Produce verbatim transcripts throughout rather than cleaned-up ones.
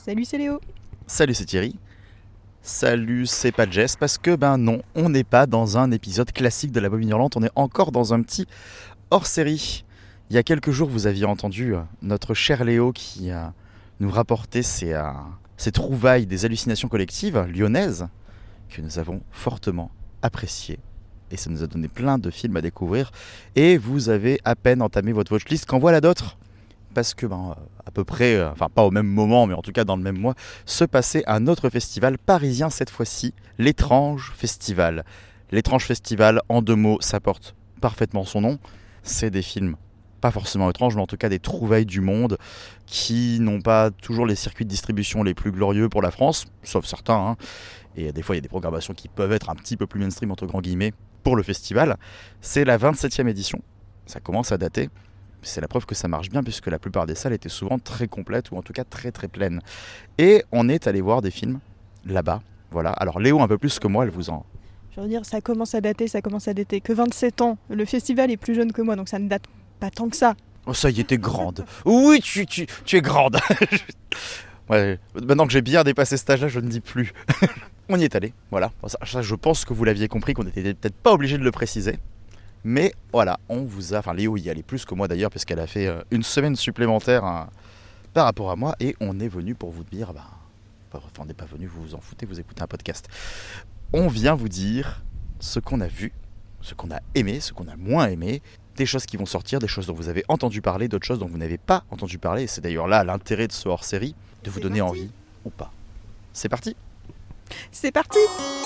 Salut, c'est Léo. Salut, c'est Thierry. Salut, c'est pas Jess, parce que ben non, on n'est pas dans un épisode classique de la Bobine Hurlante, on est encore dans un petit hors-série. Il y a quelques jours, vous aviez entendu notre cher Léo qui euh, nous rapportait ses, euh, ses trouvailles des hallucinations collectives lyonnaises, que nous avons fortement appréciées. Et ça nous a donné plein de films à découvrir. Et vous avez à peine entamé votre watchlist qu'en voilà d'autres. Parce que, ben, à peu près, enfin pas au même moment, mais en tout cas dans le même mois, se passait un autre festival parisien cette fois-ci, l'Étrange Festival. L'Étrange Festival, en deux mots, ça porte parfaitement son nom. C'est des films pas forcément étranges, mais en tout cas des trouvailles du monde qui n'ont pas toujours les circuits de distribution les plus glorieux pour la France, sauf certains. Hein. Et des fois, il y a des programmations qui peuvent être un petit peu plus mainstream, entre grands guillemets, pour le festival. C'est la vingt-septième édition, ça commence à dater. C'est la preuve que ça marche bien puisque la plupart des salles étaient souvent très complètes ou en tout cas très très pleines. Et on est allé voir des films là-bas. Voilà. Alors Léo un peu plus que moi, elle vous en... Je veux dire, ça commence à dater, ça commence à dater. Que vingt-sept ans, le festival est plus jeune que moi, donc ça ne date pas tant que ça. Oh ça y est, t'es grande. Oui, tu, tu, tu es grande. Ouais, maintenant que j'ai bien dépassé cet âge-là, je ne dis plus. On y est allé, voilà. Ça, ça, je pense que vous l'aviez compris, qu'on n'était peut-être pas obligé de le préciser. Mais voilà, on vous a... Enfin, Léo y allait plus que moi d'ailleurs, parce qu'elle a fait une semaine supplémentaire hein, par rapport à moi. Et on est venu pour vous dire... Bah, enfin, on n'est pas venu, vous vous en foutez, vous écoutez un podcast. On vient vous dire ce qu'on a vu, ce qu'on a aimé, ce qu'on a moins aimé, des choses qui vont sortir, des choses dont vous avez entendu parler, d'autres choses dont vous n'avez pas entendu parler. Et c'est d'ailleurs là l'intérêt de ce hors-série, de vous c'est donner parti. envie ou pas. C'est parti. C'est parti.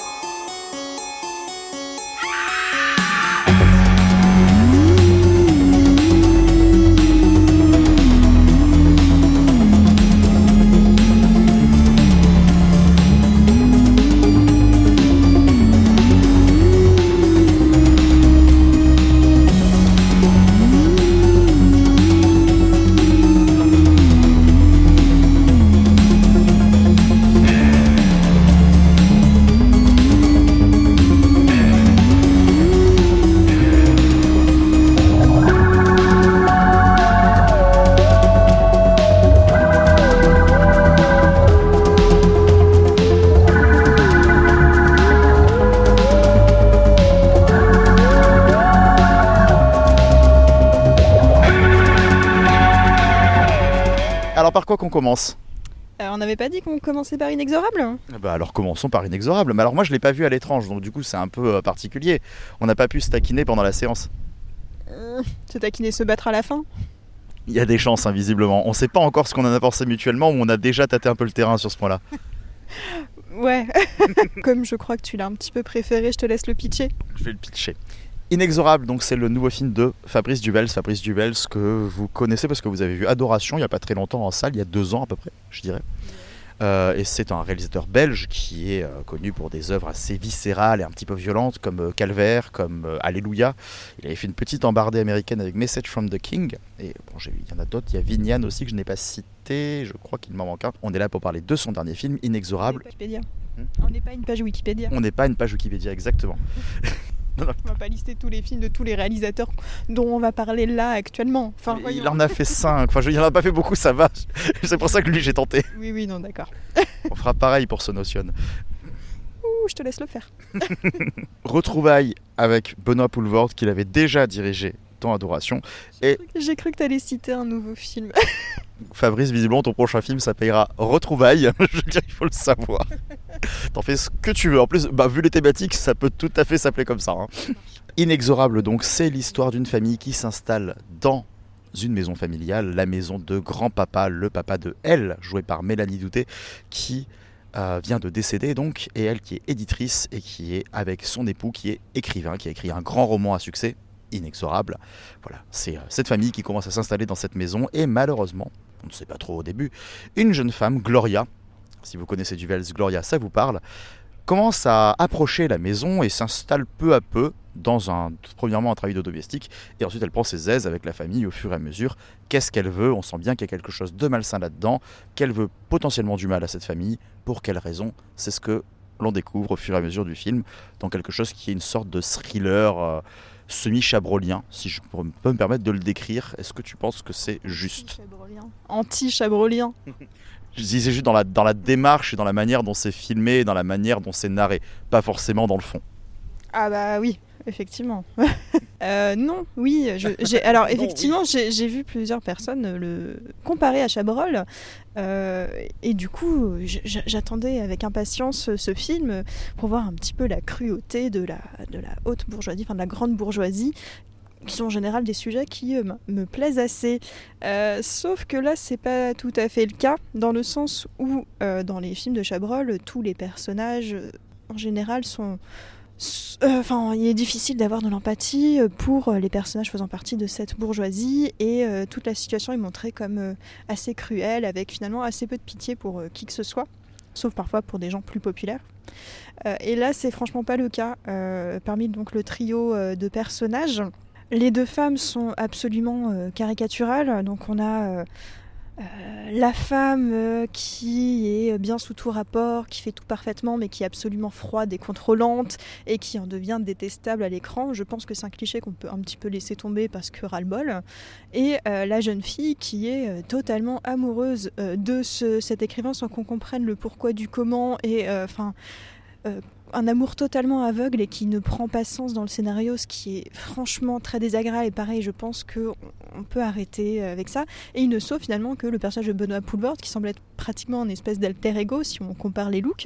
Alors par quoi qu'on commence ? Euh, on n'avait pas dit qu'on commençait par Inexorable ? Bah alors commençons par Inexorable. Mais alors moi je l'ai pas vu à l'étrange, donc du coup c'est un peu euh, particulier. On n'a pas pu se taquiner pendant la séance. euh, Se taquiner, se battre à la fin ? Il y a des chances, hein, visiblement. On sait pas encore ce qu'on en a pensé mutuellement, ou on a déjà tâté un peu le terrain sur ce point-là. Ouais. Comme je crois que tu l'as un petit peu préféré, je te laisse le pitcher. Je vais le pitcher. Inexorable, donc c'est le nouveau film de Fabrice Duvels. Fabrice Duvels que vous connaissez parce que vous avez vu Adoration il n'y a pas très longtemps en salle, il y a deux ans à peu près, je dirais. Euh, et c'est un réalisateur belge qui est euh, connu pour des œuvres assez viscérales et un petit peu violentes comme euh, Calvaire, comme euh, Alléluia. Il avait fait une petite embardée américaine avec Message from the King. Et bon, j'ai, il y en a d'autres, il y a Vignan aussi que je n'ai pas cité, je crois qu'il m'en manque un. On est là pour parler de son dernier film, Inexorable. Wikipédia. Hmm On n'est pas une page Wikipédia. On n'est pas une page Wikipédia, exactement. On va pas lister tous les films de tous les réalisateurs dont on va parler là actuellement. Enfin, il en a fait cinq, enfin, je, il en a pas fait beaucoup, ça va. C'est pour ça que lui j'ai tenté. Oui, oui, non, d'accord. On fera pareil pour ce Notion. Ouh, je te laisse le faire. Retrouvailles avec Benoît Poelvoorde qu'il avait déjà dirigé dans Adoration. Et J'ai cru que tu allais citer un nouveau film. Fabrice, visiblement ton prochain film s'appellera Retrouvailles. Je veux dire, il faut le savoir. T'en fais ce que tu veux. En plus, bah, vu les thématiques, ça peut tout à fait s'appeler comme ça. Hein. Inexorable, donc, c'est l'histoire d'une famille qui s'installe dans une maison familiale, la maison de grand-papa, le papa de Elle, joué par Mélanie Doutet, qui euh, vient de décéder, donc, et elle qui est éditrice et qui est avec son époux, qui est écrivain, qui a écrit un grand roman à succès, Inexorable. Voilà, c'est euh, cette famille qui commence à s'installer dans cette maison, et malheureusement, on ne sait pas trop au début, une jeune femme, Gloria, si vous connaissez Duvels, Gloria, ça vous parle, commence à approcher la maison et s'installe peu à peu dans un, premièrement un travail de domestique, et ensuite elle prend ses aises avec la famille au fur et à mesure. Qu'est-ce qu'elle veut ? On sent bien qu'il y a quelque chose de malsain là-dedans, qu'elle veut potentiellement du mal à cette famille. Pour quelle raison ? C'est ce que l'on découvre au fur et à mesure du film, dans quelque chose qui est une sorte de thriller euh, semi-chabrolien, si je peux me permettre de le décrire. Est-ce que tu penses que c'est juste ? Anti-chabrolien. Je disais juste dans la, dans la démarche et dans la manière dont c'est filmé et dans la manière dont c'est narré, pas forcément dans le fond. Ah bah oui, effectivement. euh, non, oui. Je, j'ai, alors Non, effectivement, oui. j'ai, j'ai vu plusieurs personnes le comparer à Chabrol. Euh, et du coup, j'attendais avec impatience ce film pour voir un petit peu la cruauté de la, de la haute bourgeoisie, enfin de la grande bourgeoisie, qui sont en général des sujets qui euh, me plaisent assez. Euh, sauf que là, c'est pas tout à fait le cas, dans le sens où, euh, dans les films de Chabrol, tous les personnages, euh, en général, sont... Enfin, euh, il est difficile d'avoir de l'empathie pour les personnages faisant partie de cette bourgeoisie, et euh, toute la situation est montrée comme euh, assez cruelle, avec finalement assez peu de pitié pour euh, qui que ce soit, sauf parfois pour des gens plus populaires. Euh, et là, c'est franchement pas le cas. Euh, parmi donc le trio euh, de personnages, les deux femmes sont absolument euh, caricaturales. Donc on a euh, euh, la femme euh, qui est bien sous tout rapport, qui fait tout parfaitement, mais qui est absolument froide et contrôlante, et qui en devient détestable à l'écran. Je pense que c'est un cliché qu'on peut un petit peu laisser tomber parce que ras-le-bol. Et euh, la jeune fille qui est euh, totalement amoureuse euh, de ce, cet écrivain sans qu'on comprenne le pourquoi du comment, et enfin... Euh, euh, un amour totalement aveugle et qui ne prend pas sens dans le scénario, ce qui est franchement très désagréable. Et pareil, je pense qu'on peut arrêter avec ça. Et il ne sauve finalement que le personnage de Benoît Poulvord, qui semble être pratiquement une espèce d'alter ego si on compare les looks,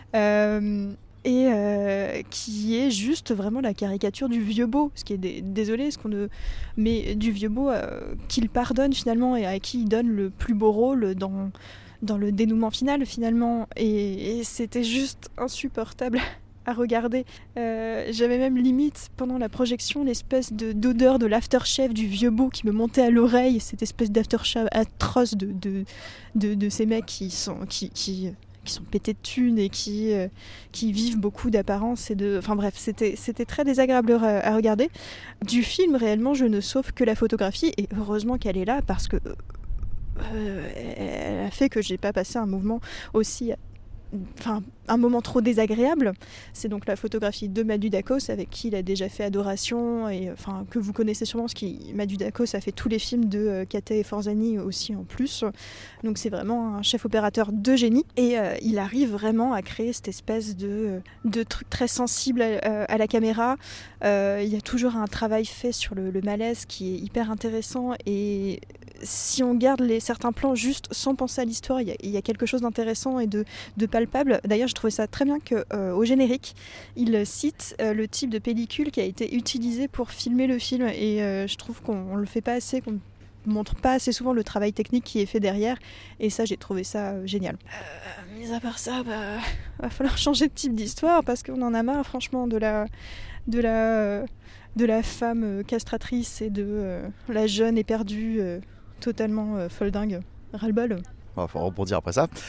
euh, et euh, qui est juste vraiment la caricature du vieux beau, ce qui est dé- désolé, ce qu'on ne... mais du vieux beau euh, qu'il pardonne finalement et à qui il donne le plus beau rôle dans... dans le dénouement final finalement, et, et c'était juste insupportable à regarder. Euh, j'avais même limite pendant la projection l'espèce de, d'odeur de l'aftershave du vieux beau qui me montait à l'oreille, cette espèce d'aftershave atroce de, de, de, de ces mecs qui sont, qui, qui, qui sont pétés de thunes et qui, euh, qui vivent beaucoup d'apparence et de... Enfin bref, c'était, c'était très désagréable à, à regarder. Du film, réellement, je ne sauve que la photographie, et heureusement qu'elle est là, parce que Euh, elle a fait que j'ai pas passé un mouvement aussi, enfin un moment trop désagréable. C'est donc la photographie de Madu Dacos, avec qui il a déjà fait Adoration, et enfin que vous connaissez sûrement, parce que Madu Dacos a fait tous les films de euh, Kate et Forzani aussi en plus. Donc c'est vraiment un chef opérateur de génie, et euh, il arrive vraiment à créer cette espèce de, de truc très sensible à, à la caméra. Euh, il y a toujours un travail fait sur le, le malaise qui est hyper intéressant, et si on garde les, certains plans juste sans penser à l'histoire, il y a, il y a quelque chose d'intéressant et de, de palpable. D'ailleurs, je trouvais ça très bien qu'au euh, générique, il cite euh, le type de pellicule qui a été utilisé pour filmer le film, et euh, je trouve qu'on ne le fait pas assez, qu'on ne montre pas assez souvent le travail technique qui est fait derrière, et ça, j'ai trouvé ça euh, génial. Euh, mis à part ça, bah, va falloir changer de type d'histoire, parce qu'on en a marre, franchement, de la... de la de la femme castratrice et de euh, la jeune éperdue euh, totalement euh, folle dingue, ras-le-bol. Il va falloir rebondir après ça.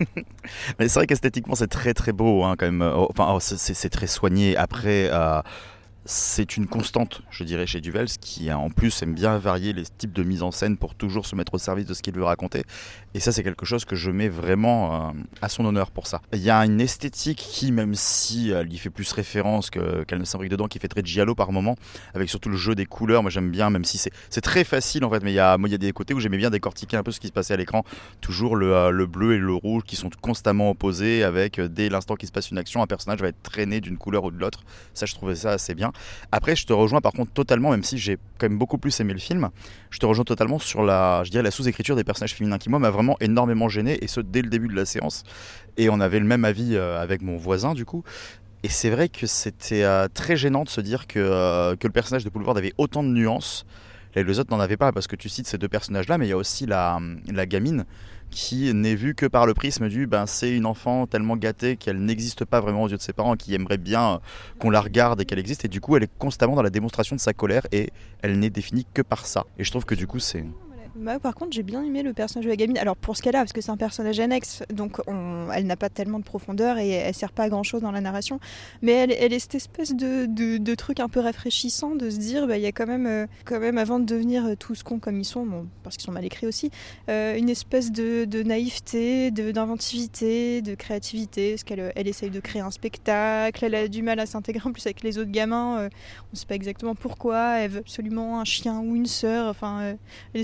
Mais c'est vrai qu'esthétiquement c'est très très beau hein, quand même. Enfin oh, c'est, c'est très soigné. Après euh, c'est une constante, je dirais, chez Duvels, qui en plus aime bien varier les types de mise en scène pour toujours se mettre au service de ce qu'il veut raconter. Et ça, c'est quelque chose que je mets vraiment euh, à son honneur pour ça. Il y a une esthétique qui, même si elle y fait plus référence que, qu'elle ne s'imbrique dedans, qui fait très giallo par moment, avec surtout le jeu des couleurs. Moi, j'aime bien, même si c'est, c'est très facile en fait, mais il y a, moi, il y a des côtés où j'aimais bien décortiquer un peu ce qui se passait à l'écran. Toujours le, euh, le bleu et le rouge qui sont constamment opposés, avec euh, dès l'instant qu'il se passe une action, un personnage va être traîné d'une couleur ou de l'autre. Ça, je trouvais ça assez bien. Après, je te rejoins par contre totalement, même si j'ai quand même beaucoup plus aimé le film, je te rejoins totalement sur la, je dirais, la sous-écriture des personnages féminins qui, moi, m'a vraiment énormément gêné, et ce, dès le début de la séance. Et on avait le même avis euh, avec mon voisin, du coup. Et c'est vrai que c'était euh, très gênant de se dire que, euh, que le personnage de Poulvord avait autant de nuances. Les deux autres n'en avaient pas, parce que tu cites ces deux personnages-là, mais il y a aussi la, la gamine, qui n'est vue que par le prisme du ben c'est une enfant tellement gâtée qu'elle n'existe pas vraiment aux yeux de ses parents, qui aimerait bien qu'on la regarde et qu'elle existe, et du coup elle est constamment dans la démonstration de sa colère, et elle n'est définie que par ça. Et je trouve que du coup c'est... Bah, par contre, j'ai bien aimé le personnage de la gamine. Alors pour ce qu'elle a, parce que c'est un personnage annexe, donc on, elle n'a pas tellement de profondeur et elle sert pas à grand chose dans la narration. Mais elle, elle est cette espèce de, de, de truc un peu rafraîchissant de se dire, il bah, y a quand même, euh, quand même, avant de devenir tous cons comme ils sont, bon, parce qu'ils sont mal écrits aussi, euh, une espèce de, de naïveté, de, d'inventivité, de créativité. Parce qu'elle elle essaye de créer un spectacle, elle a du mal à s'intégrer en plus avec les autres gamins. Euh, on ne sait pas exactement pourquoi. Elle veut absolument un chien ou une sœur. Enfin, euh, elle est cette espèce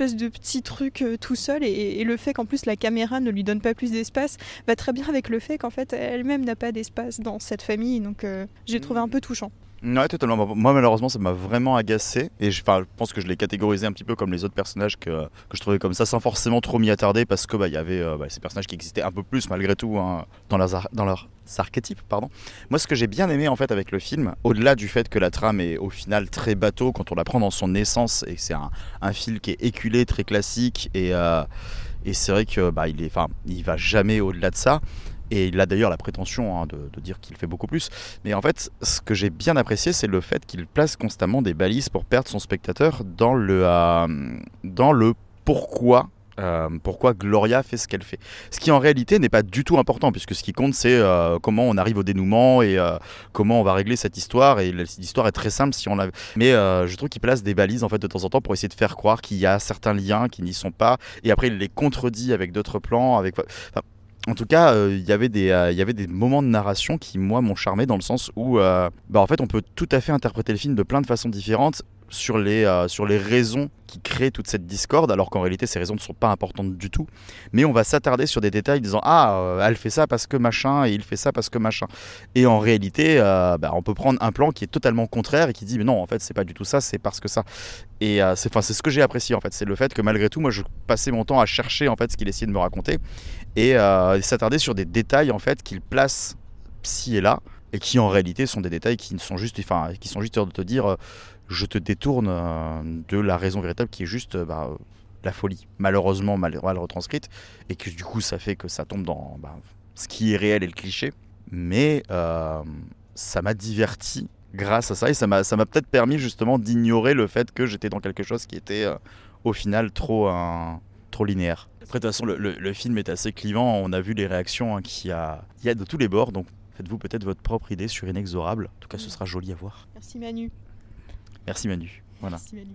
espèce de petit truc euh, tout seul, et, et le fait qu'en plus la caméra ne lui donne pas plus d'espace va très bien avec le fait qu'en fait elle-même n'a pas d'espace dans cette famille, donc euh, j'ai trouvé un peu touchant. Ouais, totalement. Moi, malheureusement, ça m'a vraiment agacé. Et je, je pense que je l'ai catégorisé un petit peu comme les autres personnages que, que je trouvais comme ça, sans forcément trop m'y attarder, parce que bah, y avait euh, bah, ces personnages qui existaient un peu plus malgré tout hein, dans leurs ar- dans leurs archétypes. Pardon. Moi, ce que j'ai bien aimé en fait avec le film, au-delà du fait que la trame est au final très bateau quand on la prend dans son essence, et que c'est un, un film qui est éculé, très classique, et, euh, et c'est vrai que bah, il est, enfin, il va jamais au-delà de ça. Et il a d'ailleurs la prétention hein, de, de dire qu'il fait beaucoup plus. Mais en fait, ce que j'ai bien apprécié, c'est le fait qu'il place constamment des balises pour perdre son spectateur dans le, euh, dans le pourquoi. Euh, pourquoi Gloria fait ce qu'elle fait. Ce qui en réalité n'est pas du tout important, puisque ce qui compte c'est euh, comment on arrive au dénouement et euh, comment on va régler cette histoire. Et l'histoire est très simple si on l'a. Mais euh, je trouve qu'il place des balises en fait de temps en temps pour essayer de faire croire qu'il y a certains liens qui n'y sont pas. Et après il les contredit avec d'autres plans. Avec... Enfin, en tout cas, il euh, y avait des, euh, y avait des moments de narration qui, moi, m'ont charmé dans le sens où, euh, bah, en fait, on peut tout à fait interpréter le film de plein de façons différentes sur les, euh, sur les raisons qui créent toute cette discorde, alors qu'en réalité, ces raisons ne sont pas importantes du tout. Mais on va s'attarder sur des détails disant « Ah, euh, elle fait ça parce que machin, et il fait ça parce que machin. » Et en réalité, euh, bah, on peut prendre un plan qui est totalement contraire et qui dit « Mais non, en fait, c'est pas du tout ça, c'est parce que ça. » Et euh, c'est, c'est ce que j'ai apprécié, en fait. C'est le fait que malgré tout, moi, je passais mon temps à chercher, en fait, ce qu'il essayait de me raconter. Et euh, s'attarder sur des détails en fait qu'il place ci et là et qui en réalité sont des détails qui sont juste enfin qui sont juste de te dire euh, je te détourne euh, de la raison véritable qui est juste euh, bah, la folie malheureusement mal, mal retranscrite et que du coup ça fait que ça tombe dans bah, ce qui est réel et le cliché mais euh, ça m'a diverti grâce à ça et ça m'a, ça m'a peut-être permis justement d'ignorer le fait que j'étais dans quelque chose qui était euh, au final trop euh, trop linéaire. Après, de toute façon, le, le, le film est assez clivant. On a vu les réactions hein, qu'il y a, il y a de tous les bords. Donc, faites-vous peut-être votre propre idée sur Inexorable. En tout cas, ce sera joli à voir. Merci Manu. Merci Manu. Voilà. Merci Manu.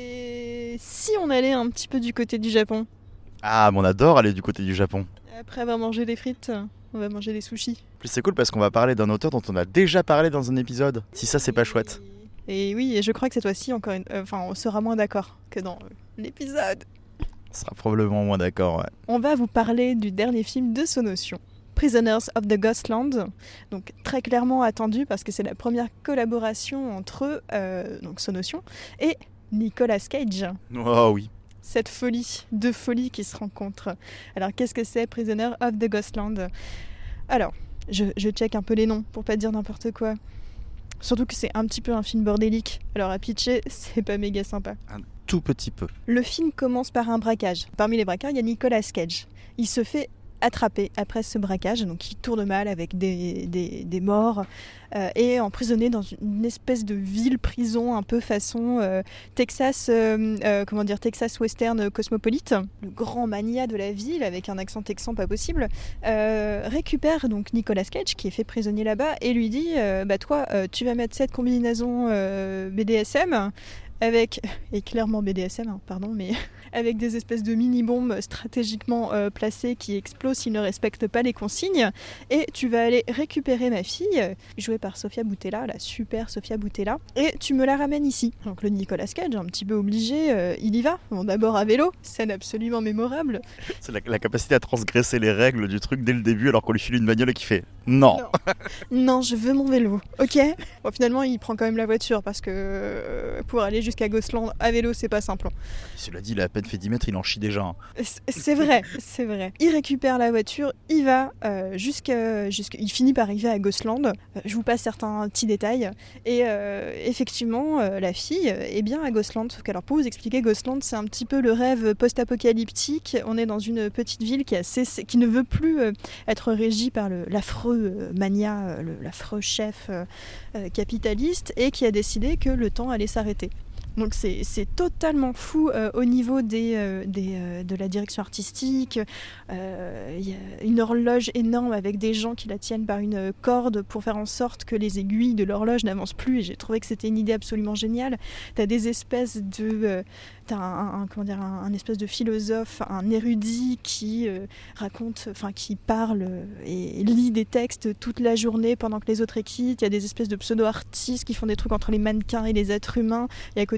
Et si on allait un petit peu du côté du Japon ? Ah, mais on adore aller du côté du Japon. Après avoir mangé des frites, on va manger des sushis. En plus, c'est cool parce qu'on va parler d'un auteur dont on a déjà parlé dans un épisode. Si ça, c'est pas chouette. Et oui, et je crois que cette fois-ci, encore une... euh, enfin, on sera moins d'accord que dans euh, l'épisode. On sera probablement moins d'accord, ouais. On va vous parler du dernier film de Sonotion, Prisoners of the Ghostland, donc très clairement attendu parce que c'est la première collaboration entre euh, donc Sonotion et Nicolas Cage. Oh oui. Cette folie, deux folies qui se rencontrent. Alors qu'est-ce que c'est Prisoners of the Ghostland ? Alors, je, je check un peu les noms pour pas dire n'importe quoi. Surtout que c'est un petit peu un film bordélique. Alors à pitcher, c'est pas méga sympa. Un tout petit peu. Le film commence par un braquage. Parmi les braqueurs, il y a Nicolas Cage. Il se fait attrapé après ce braquage, donc il tourne mal avec des, des, des morts euh, et emprisonné dans une espèce de ville-prison un peu façon euh, Texas, euh, euh, comment dire, Texas Western cosmopolite. Le grand mania de la ville avec un accent texan pas possible euh, récupère donc Nicolas Cage qui est fait prisonnier là-bas et lui dit euh, bah toi euh, tu vas mettre cette combinaison euh, B D S M avec, et clairement B D S M, hein, pardon, mais avec des espèces de mini-bombes stratégiquement euh, placées qui explosent s'ils ne respectent pas les consignes. Et tu vas aller récupérer ma fille, jouée par Sofia Boutella, la super Sofia Boutella, et tu me la ramènes ici. Donc le Nicolas Cage, un petit peu obligé, euh, il y va. Bon, d'abord à vélo, scène absolument mémorable. C'est la, la capacité à transgresser les règles du truc dès le début alors qu'on lui file une bagnole et qu'il fait non. Non, non je veux mon vélo, ok. Bon, finalement, il prend quand même la voiture parce que euh, pour aller jusqu'à Ghostland à vélo, c'est pas simple. Cela dit, il a à peine fait dix mètres, il en chie déjà. Hein. C'est vrai, c'est vrai. Il récupère la voiture, il va euh, jusqu'à, jusqu'à... Il finit par arriver à Ghostland. Euh, je vous passe certains petits détails. Et euh, effectivement, euh, la fille est bien à Ghostland. Sauf qu'alors, pour vous expliquer, Ghostland, c'est un petit peu le rêve post-apocalyptique. On est dans une petite ville qui, a cessé, qui ne veut plus euh, être régie par le, l'affreux euh, mania, euh, le, l'affreux chef euh, euh, capitaliste, et qui a décidé que le temps allait s'arrêter. Donc c'est, c'est totalement fou euh, au niveau des, euh, des, euh, de la direction artistique. Il euh, y a une horloge énorme avec des gens qui la tiennent par une corde pour faire en sorte que les aiguilles de l'horloge n'avancent plus. Et j'ai trouvé que c'était une idée absolument géniale. T'as des espèces de... Euh, t'as un, un, comment dire, un, un espèce de philosophe, un érudit qui euh, raconte, enfin qui parle et lit des textes toute la journée pendant que les autres équipent. Il y a des espèces de pseudo-artistes qui font des trucs entre les mannequins et les êtres humains. Et à côté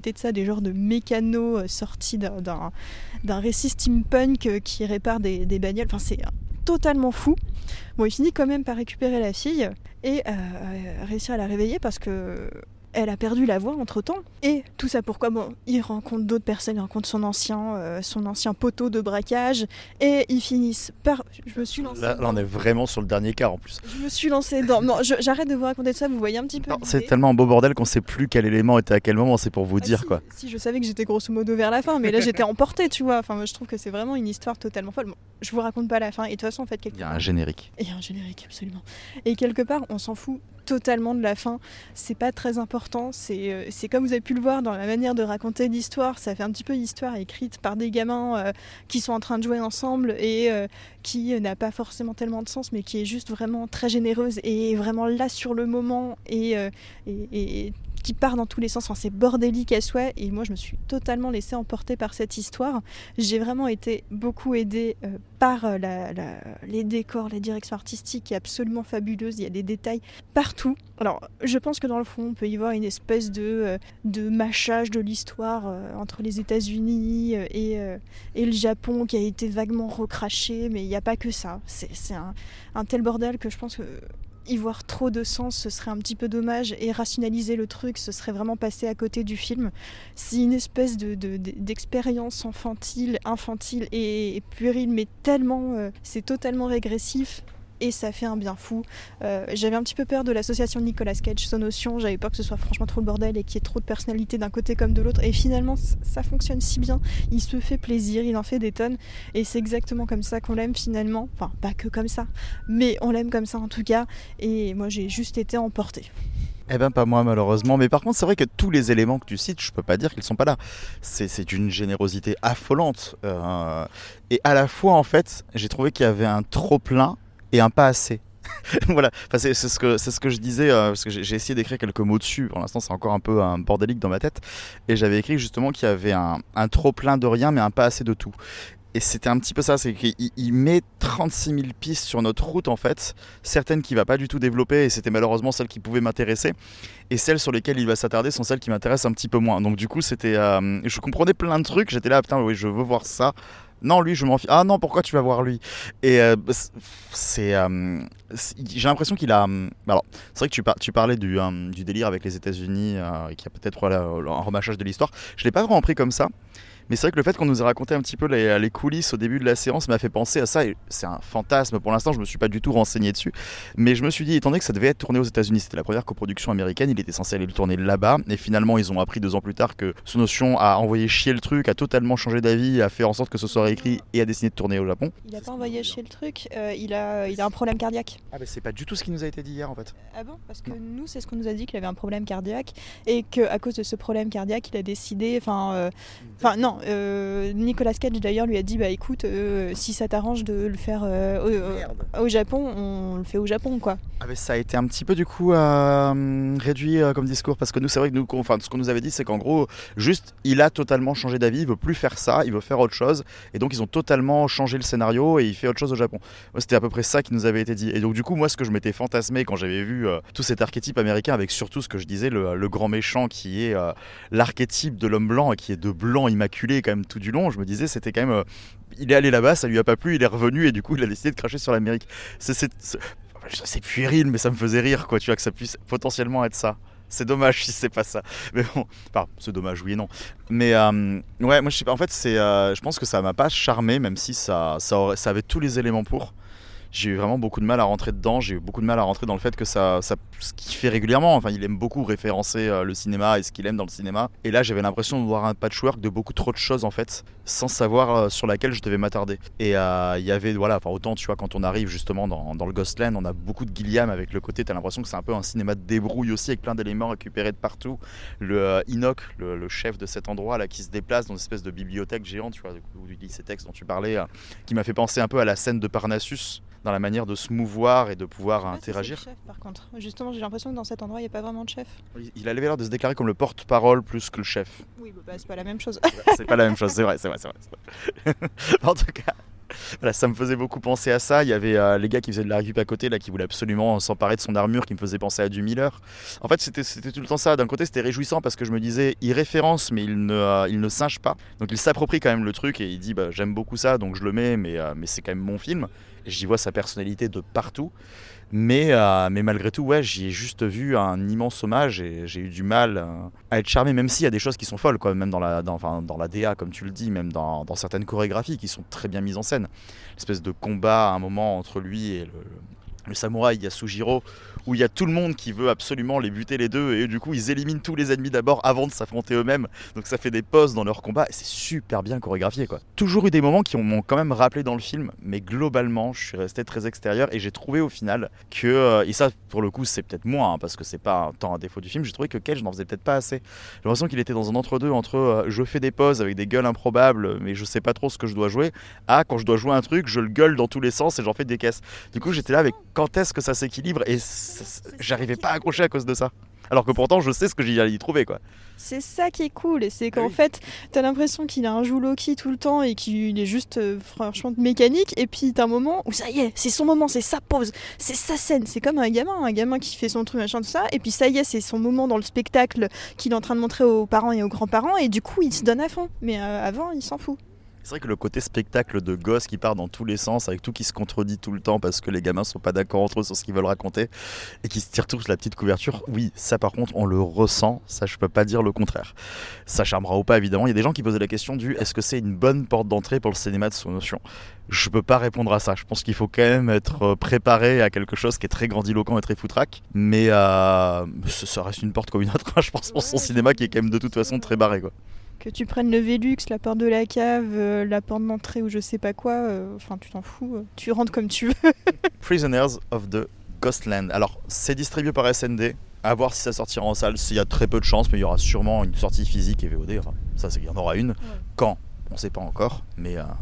côté de ça des genres de mécanos sortis d'un, d'un, d'un récit steampunk qui répare des, des bagnoles. Enfin, c'est totalement fou. Bon, il finit quand même par récupérer la fille et euh, réussir à la réveiller parce que elle a perdu la voix entre-temps. Et tout ça pourquoi ? Bon, il rencontre d'autres personnes, il rencontre son ancien, euh, son ancien poteau de braquage, et ils finissent par... Je me suis lancée... Là, là on est vraiment sur le dernier quart en plus. Je me suis lancée dans... Non, je, j'arrête de vous raconter tout ça, vous voyez un petit peu... Non, c'est tellement un beau bordel qu'on sait plus quel élément était à quel moment, c'est pour vous ah, dire si, quoi. Si, je savais que j'étais grosso modo vers la fin, mais là j'étais emportée, tu vois. Enfin, je trouve que c'est vraiment une histoire totalement folle. Bon, je vous raconte pas la fin, et de toute façon, en fait... Quelque il y a part, un générique. Il y a un générique, absolument. Et quelque part, on s'en fout totalement de la fin. C'est pas très important. C'est, euh, c'est comme vous avez pu le voir dans la manière de raconter l'histoire. Ça fait un petit peu l'histoire écrite par des gamins euh, qui sont en train de jouer ensemble et euh, qui euh, n'a pas forcément tellement de sens, mais qui est juste vraiment très généreuse et vraiment là sur le moment et, euh, et, et qui part dans tous les sens. Enfin, c'est bordélique à souhait. Et moi, je me suis totalement laissée emporter par cette histoire. J'ai vraiment été beaucoup aidée euh, par la, la, les décors, la direction artistique qui est absolument fabuleuse. Il y a des détails partout. Alors, je pense que dans le fond, on peut y voir une espèce de, euh, de mâchage de l'histoire euh, entre les États-Unis euh, et, euh, et le Japon qui a été vaguement recraché, mais il n'y a pas que ça. C'est, c'est un, un tel bordel que je pense que y voir trop de sens, ce serait un petit peu dommage, et rationaliser le truc, ce serait vraiment passer à côté du film. C'est une espèce de, de, de, d'expérience infantile, infantile et, et puérile, mais tellement, euh, c'est totalement régressif. Et ça fait un bien fou. Euh, j'avais un petit peu peur de l'association de Nicolas Cage, Sonotion. J'avais peur que ce soit franchement trop le bordel et qu'il y ait trop de personnalités d'un côté comme de l'autre. Et finalement, ça fonctionne si bien. Il se fait plaisir, il en fait des tonnes. Et c'est exactement comme ça qu'on l'aime finalement. Enfin, pas que comme ça, mais on l'aime comme ça en tout cas. Et moi, j'ai juste été emportée. Eh ben pas moi malheureusement, mais par contre c'est vrai que tous les éléments que tu cites, je peux pas dire qu'ils sont pas là. C'est, c'est d'une générosité affolante. Euh, et à la fois en fait, j'ai trouvé qu'il y avait un trop plein et un pas assez. Voilà, enfin, c'est, c'est, ce que, c'est ce que je disais, euh, parce que j'ai, j'ai essayé d'écrire quelques mots dessus. Pour l'instant, c'est encore un peu un bordélique dans ma tête. Et j'avais écrit justement qu'il y avait un, un trop plein de rien, mais un pas assez de tout. Et c'était un petit peu ça, c'est qu'il il met trente-six mille pistes sur notre route en fait, certaines qu'il va pas du tout développer, et c'était malheureusement celles qui pouvaient m'intéresser, et celles sur lesquelles il va s'attarder sont celles qui m'intéressent un petit peu moins. Donc du coup, c'était, euh, je comprenais plein de trucs, j'étais là, putain, oui, je veux voir ça. Non, lui, je m'en fiche. Ah non, pourquoi tu vas voir lui ? Et euh, c'est, euh, c'est, j'ai l'impression qu'il a. Alors, c'est vrai que tu, par, tu parlais du, euh, du délire avec les États-Unis, euh, et qu'il y a peut-être voilà, un remâchage de l'histoire. Je l'ai pas vraiment pris comme ça. Mais c'est vrai que le fait qu'on nous ait raconté un petit peu les, les coulisses au début de la séance m'a fait penser à ça. Et c'est un fantasme. Pour l'instant, je me suis pas du tout renseigné dessus. Mais je me suis dit, étant donné que ça devait être tourné aux États-Unis, c'était la première coproduction américaine, il était censé aller le tourner là-bas. Et finalement, ils ont appris deux ans plus tard que Sonotion a envoyé chier le truc, a totalement changé d'avis, a fait en sorte que ce soit réécrit et a décidé de tourner au Japon. Il a pas envoyé chier le truc, euh, il, a, il a un problème cardiaque. Ah, bah c'est pas du tout ce qui nous a été dit hier en fait. Ah bon ? Parce que non. Nous, c'est ce qu'on nous a dit, qu'il avait un problème cardiaque et qu'à cause de ce problème cardiaque, il a décidé. Enfin, enfin euh, non. Euh, Nicolas Cage d'ailleurs lui a dit bah écoute euh, si ça t'arrange de le faire euh, au, au Japon, on le fait au Japon quoi. Ah mais ça a été un petit peu du coup euh, réduit euh, comme discours, parce que nous c'est vrai que nous, enfin, ce qu'on nous avait dit c'est qu'en gros juste il a totalement changé d'avis, il veut plus faire ça, il veut faire autre chose, et donc ils ont totalement changé le scénario et il fait autre chose au Japon. Ouais, c'était à peu près ça qui nous avait été dit, et donc du coup moi ce que je m'étais fantasmé quand j'avais vu euh, tout cet archétype américain, avec surtout ce que je disais, le, le grand méchant qui est euh, l'archétype de l'homme blanc et qui est de blanc immaculé quand même tout du long, je me disais c'était quand même euh, il est allé là-bas, ça lui a pas plu, il est revenu et du coup il a décidé de cracher sur l'Amérique. C'est, c'est, c'est, c'est puéril, mais ça me faisait rire quoi, tu vois, que ça puisse potentiellement être ça. C'est dommage si c'est pas ça. Mais bon, enfin, c'est dommage, oui et non. Mais euh, ouais, moi je sais pas, en fait c'est, euh, je pense que ça m'a pas charmé, même si ça, ça, aurait, ça avait tous les éléments pour. J'ai eu vraiment beaucoup de mal à rentrer dedans, j'ai eu beaucoup de mal à rentrer dans le fait que ça, ça ce qu'il fait régulièrement, enfin il aime beaucoup référencer euh, le cinéma et ce qu'il aime dans le cinéma, et là j'avais l'impression de voir un patchwork de beaucoup trop de choses en fait, sans savoir euh, sur laquelle je devais m'attarder. Et il euh, y avait, voilà, enfin autant tu vois quand on arrive justement dans, dans le Ghostland, on a beaucoup de Gilliam avec le côté, t'as l'impression que c'est un peu un cinéma de débrouille aussi, avec plein d'éléments récupérés de partout. Le euh, Enoch, le, le chef de cet endroit là, qui se déplace dans une espèce de bibliothèque géante, tu vois, où il lit ces textes dont tu parlais, euh, qui m'a fait penser un peu à la scène de Parnassus, dans la manière de se mouvoir et de pouvoir ah, interagir. C'est le chef, par contre. Justement, j'ai l'impression que dans cet endroit, il n'y a pas vraiment de chef. Il avait l'air de se déclarer comme le porte-parole plus que le chef. Oui, bah, c'est pas la même chose. C'est pas la même chose, c'est vrai, c'est vrai, c'est vrai. C'est vrai. En tout cas, Voilà, ça me faisait beaucoup penser à ça. Il y avait euh, les gars qui faisaient de la récup à côté, là, qui voulaient absolument s'emparer de son armure, qui me faisait penser à du Miller. En fait, c'était, c'était tout le temps ça. D'un côté, c'était réjouissant parce que je me disais, il référence, mais il ne, euh, il ne singe pas. Donc, il s'approprie quand même le truc et il dit, bah, j'aime beaucoup ça, donc je le mets, mais, euh, mais c'est quand même mon film. Et j'y vois sa personnalité de partout. Mais, euh, mais malgré tout, ouais, j'y ai juste vu un immense hommage et j'ai eu du mal euh, à être charmé, même s'il y a des choses qui sont folles, quoi, même dans la, dans, enfin, dans la D A, comme tu le dis, même dans, dans certaines chorégraphies qui sont très bien mises en scène. L'espèce de combat à un moment entre lui et le, le samouraï Yasujiro, où il y a tout le monde qui veut absolument les buter les deux, et du coup ils éliminent tous les ennemis d'abord avant de s'affronter eux-mêmes, donc ça fait des pauses dans leur combat, et c'est super bien chorégraphié, quoi. Toujours eu des moments qui m'ont quand même rappelé dans le film, mais globalement je suis resté très extérieur, et j'ai trouvé au final que, et ça pour le coup c'est peut-être moi, hein, parce que c'est pas tant un défaut du film, j'ai trouvé que Cage n'en faisait peut-être pas assez. J'ai l'impression qu'il était dans un entre-deux entre euh, je fais des pauses avec des gueules improbables, mais je sais pas trop ce que je dois jouer, à quand je dois jouer un truc, je le gueule dans tous les sens et j'en fais des caisses. Du coup j'étais là avec quand est-ce que ça s'équilibre, et j'arrivais pas à accrocher à cause de ça. Alors que pourtant je sais ce que j'y allais y trouver, quoi. C'est ça qui est cool, et c'est qu'en oui. fait t'as l'impression qu'il a un joue Loki tout le temps et qu'il est juste euh, franchement mécanique, et puis t'as un moment où ça y est, c'est son moment, c'est sa pause, c'est sa scène, c'est comme un gamin, un gamin qui fait son truc machin tout ça, et puis ça y est, c'est son moment dans le spectacle qu'il est en train de montrer aux parents et aux grands-parents, et du coup il se donne à fond, mais euh, avant il s'en fout. C'est vrai que le côté spectacle de gosse qui part dans tous les sens, avec tout qui se contredit tout le temps parce que les gamins sont pas d'accord entre eux sur ce qu'ils veulent raconter et qui se tirent tous la petite couverture, oui, ça par contre on le ressent, ça je peux pas dire le contraire. Ça charmera ou pas évidemment, il y a des gens qui posaient la question du est-ce que c'est une bonne porte d'entrée pour le cinéma de sous notion ? Je peux pas répondre à ça, je pense qu'il faut quand même être préparé à quelque chose qui est très grandiloquent et très foutraque, mais euh, ça reste une porte comme une autre, je pense, pour son cinéma qui est quand même de toute façon très barré, quoi. Que tu prennes le Velux, la porte de la cave, euh, la porte d'entrée ou je sais pas quoi, euh, enfin tu t'en fous, euh, tu rentres comme tu veux. Prisoners of the Ghostland. Alors c'est distribué par S N D, à voir si ça sortira en salle, il y a très peu de chance, mais il y aura sûrement une sortie physique et V O D, enfin ça c'est qu'il y en aura une. Ouais. Quand ? On sait pas encore, mais euh,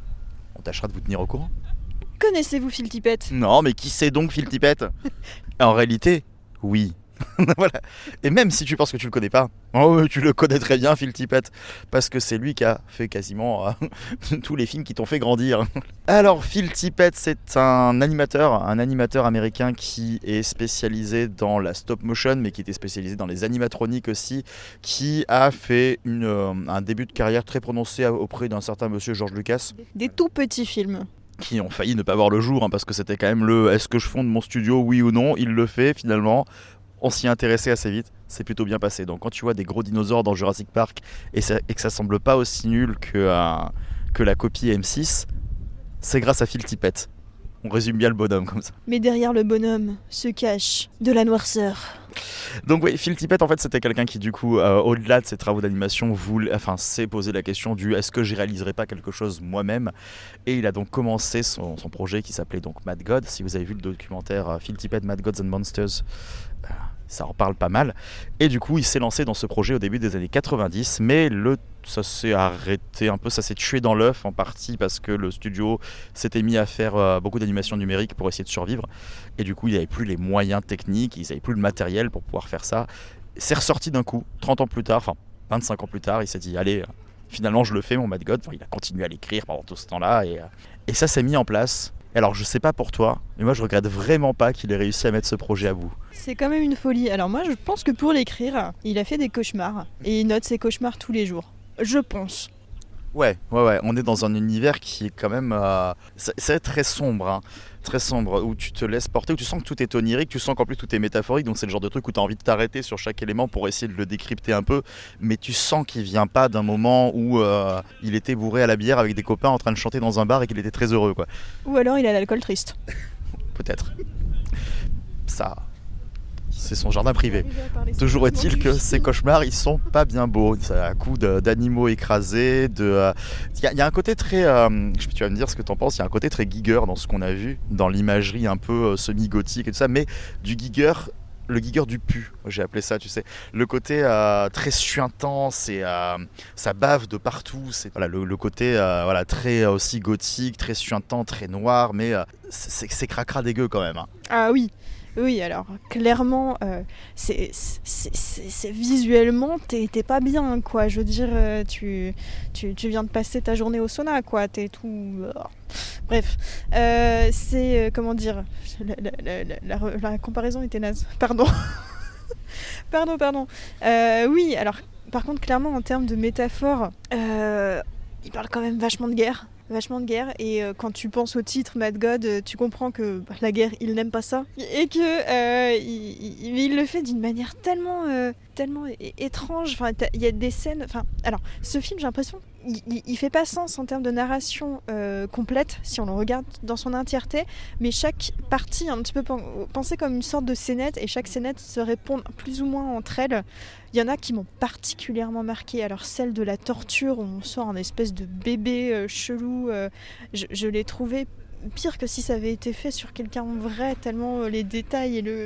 on tâchera de vous tenir au courant. Connaissez-vous Phil Tippett ? Non, mais qui c'est donc Phil Tippett ? En réalité, oui. Voilà. Et même si tu penses que tu le connais pas, oh, tu le connais très bien, Phil Tippett, parce que c'est lui qui a fait quasiment euh, tous les films qui t'ont fait grandir. Alors Phil Tippett, c'est un animateur, un animateur américain qui est spécialisé dans la stop motion, mais qui était spécialisé dans les animatroniques aussi, qui a fait une, euh, un début de carrière très prononcé auprès d'un certain monsieur George Lucas. Des tout petits films. Qui ont failli ne pas voir le jour, hein, parce que c'était quand même le est-ce que je fonde mon studio, oui ou non. Il le fait finalement. On s'y intéressait assez vite, c'est plutôt bien passé. Donc quand tu vois des gros dinosaures dans Jurassic Park et, ça, et que ça semble pas aussi nul que, euh, que la copie M six, c'est grâce à Phil Tippett. On résume bien le bonhomme comme ça. Mais derrière le bonhomme se cache de la noirceur. Donc oui, Phil Tippett en fait c'était quelqu'un qui du coup euh, au-delà de ses travaux d'animation voulait, enfin, s'est posé la question du est-ce que je réaliserais pas quelque chose moi-même, et il a donc commencé son, son projet qui s'appelait donc Mad God. Si vous avez vu le documentaire euh, Phil Tippett Mad Gods and Monsters, euh, ça en parle pas mal, et du coup il s'est lancé dans ce projet au début des années quatre-vingt-dix, mais le, ça s'est arrêté un peu, ça s'est tué dans l'œuf en partie parce que le studio s'était mis à faire euh, beaucoup d'animation numérique pour essayer de survivre, et du coup il n'avait plus les moyens techniques, ils n'avaient plus le matériel pour pouvoir faire ça. C'est ressorti d'un coup, trente ans plus tard, enfin vingt-cinq ans plus tard, il s'est dit allez, finalement je le fais mon Mad God. Enfin, il a continué à l'écrire pendant tout ce temps-là, et, et ça s'est mis en place. Alors je sais pas pour toi, mais moi je regrette vraiment pas qu'il ait réussi à mettre ce projet à bout. C'est quand même une folie. Alors moi je pense que pour l'écrire, il a fait des cauchemars, et il note ses cauchemars tous les jours. Je pense. Ouais, ouais, ouais, on est dans un univers qui est quand même... Euh, c'est, c'est très sombre, hein, très sombre, où tu te laisses porter, où tu sens que tout est onirique, tu sens qu'en plus tout est métaphorique, donc c'est le genre de truc où tu as envie de t'arrêter sur chaque élément pour essayer de le décrypter un peu, mais tu sens qu'il vient pas d'un moment où euh, il était bourré à la bière avec des copains en train de chanter dans un bar et qu'il était très heureux, quoi. Ou alors il a l'alcool triste. Peut-être. Ça... C'est son jardin privé. Toujours est-il que ces cauchemars, ils sont pas bien beaux. C'est à coup de, d'animaux écrasés. Il de, y, y a un côté très... Euh, tu vas me dire ce que t'en penses. Il y a un côté très Giger dans ce qu'on a vu, dans l'imagerie un peu euh, semi-gothique et tout ça. Mais du Giger, le Giger du pu, j'ai appelé ça, tu sais. Le côté euh, très suintant, c'est, euh, ça bave de partout. C'est, voilà, le, le côté euh, voilà, très euh, aussi gothique, très suintant, très noir. Mais euh, c'est, c'est cracra dégueu quand même. Hein. Ah oui. Oui, alors clairement, euh, c'est, c'est, c'est, c'est visuellement, t'es, t'es pas bien, quoi. Je veux dire, euh, tu, tu, tu viens de passer ta journée au sauna, quoi. T'es tout. Bref, euh, c'est euh, comment dire, la, la, la, la, la comparaison était naze. Pardon, pardon, pardon. Euh, oui, alors, par contre, clairement, en termes de métaphore, euh, il parle quand même vachement de guerre. Vachement de guerre, et euh, quand tu penses au titre Mad God, euh, tu comprends que bah, la guerre, il n'aime pas ça, et que euh, il, il, il le fait d'une manière tellement, euh, tellement é- étrange. Enfin, il y a des scènes. Enfin, alors, ce film, j'ai l'impression, il, il, il fait pas sens en termes de narration euh, complète si on le regarde dans son entièreté, mais chaque partie est un petit peu pensée comme une sorte de scénette, et chaque scénette se répond plus ou moins entre elles. Il y en a qui m'ont particulièrement marqué. Alors celle de la torture où on sort un espèce de bébé euh, chelou, euh, je, je l'ai trouvé pire que si ça avait été fait sur quelqu'un en vrai, tellement euh, les détails et le,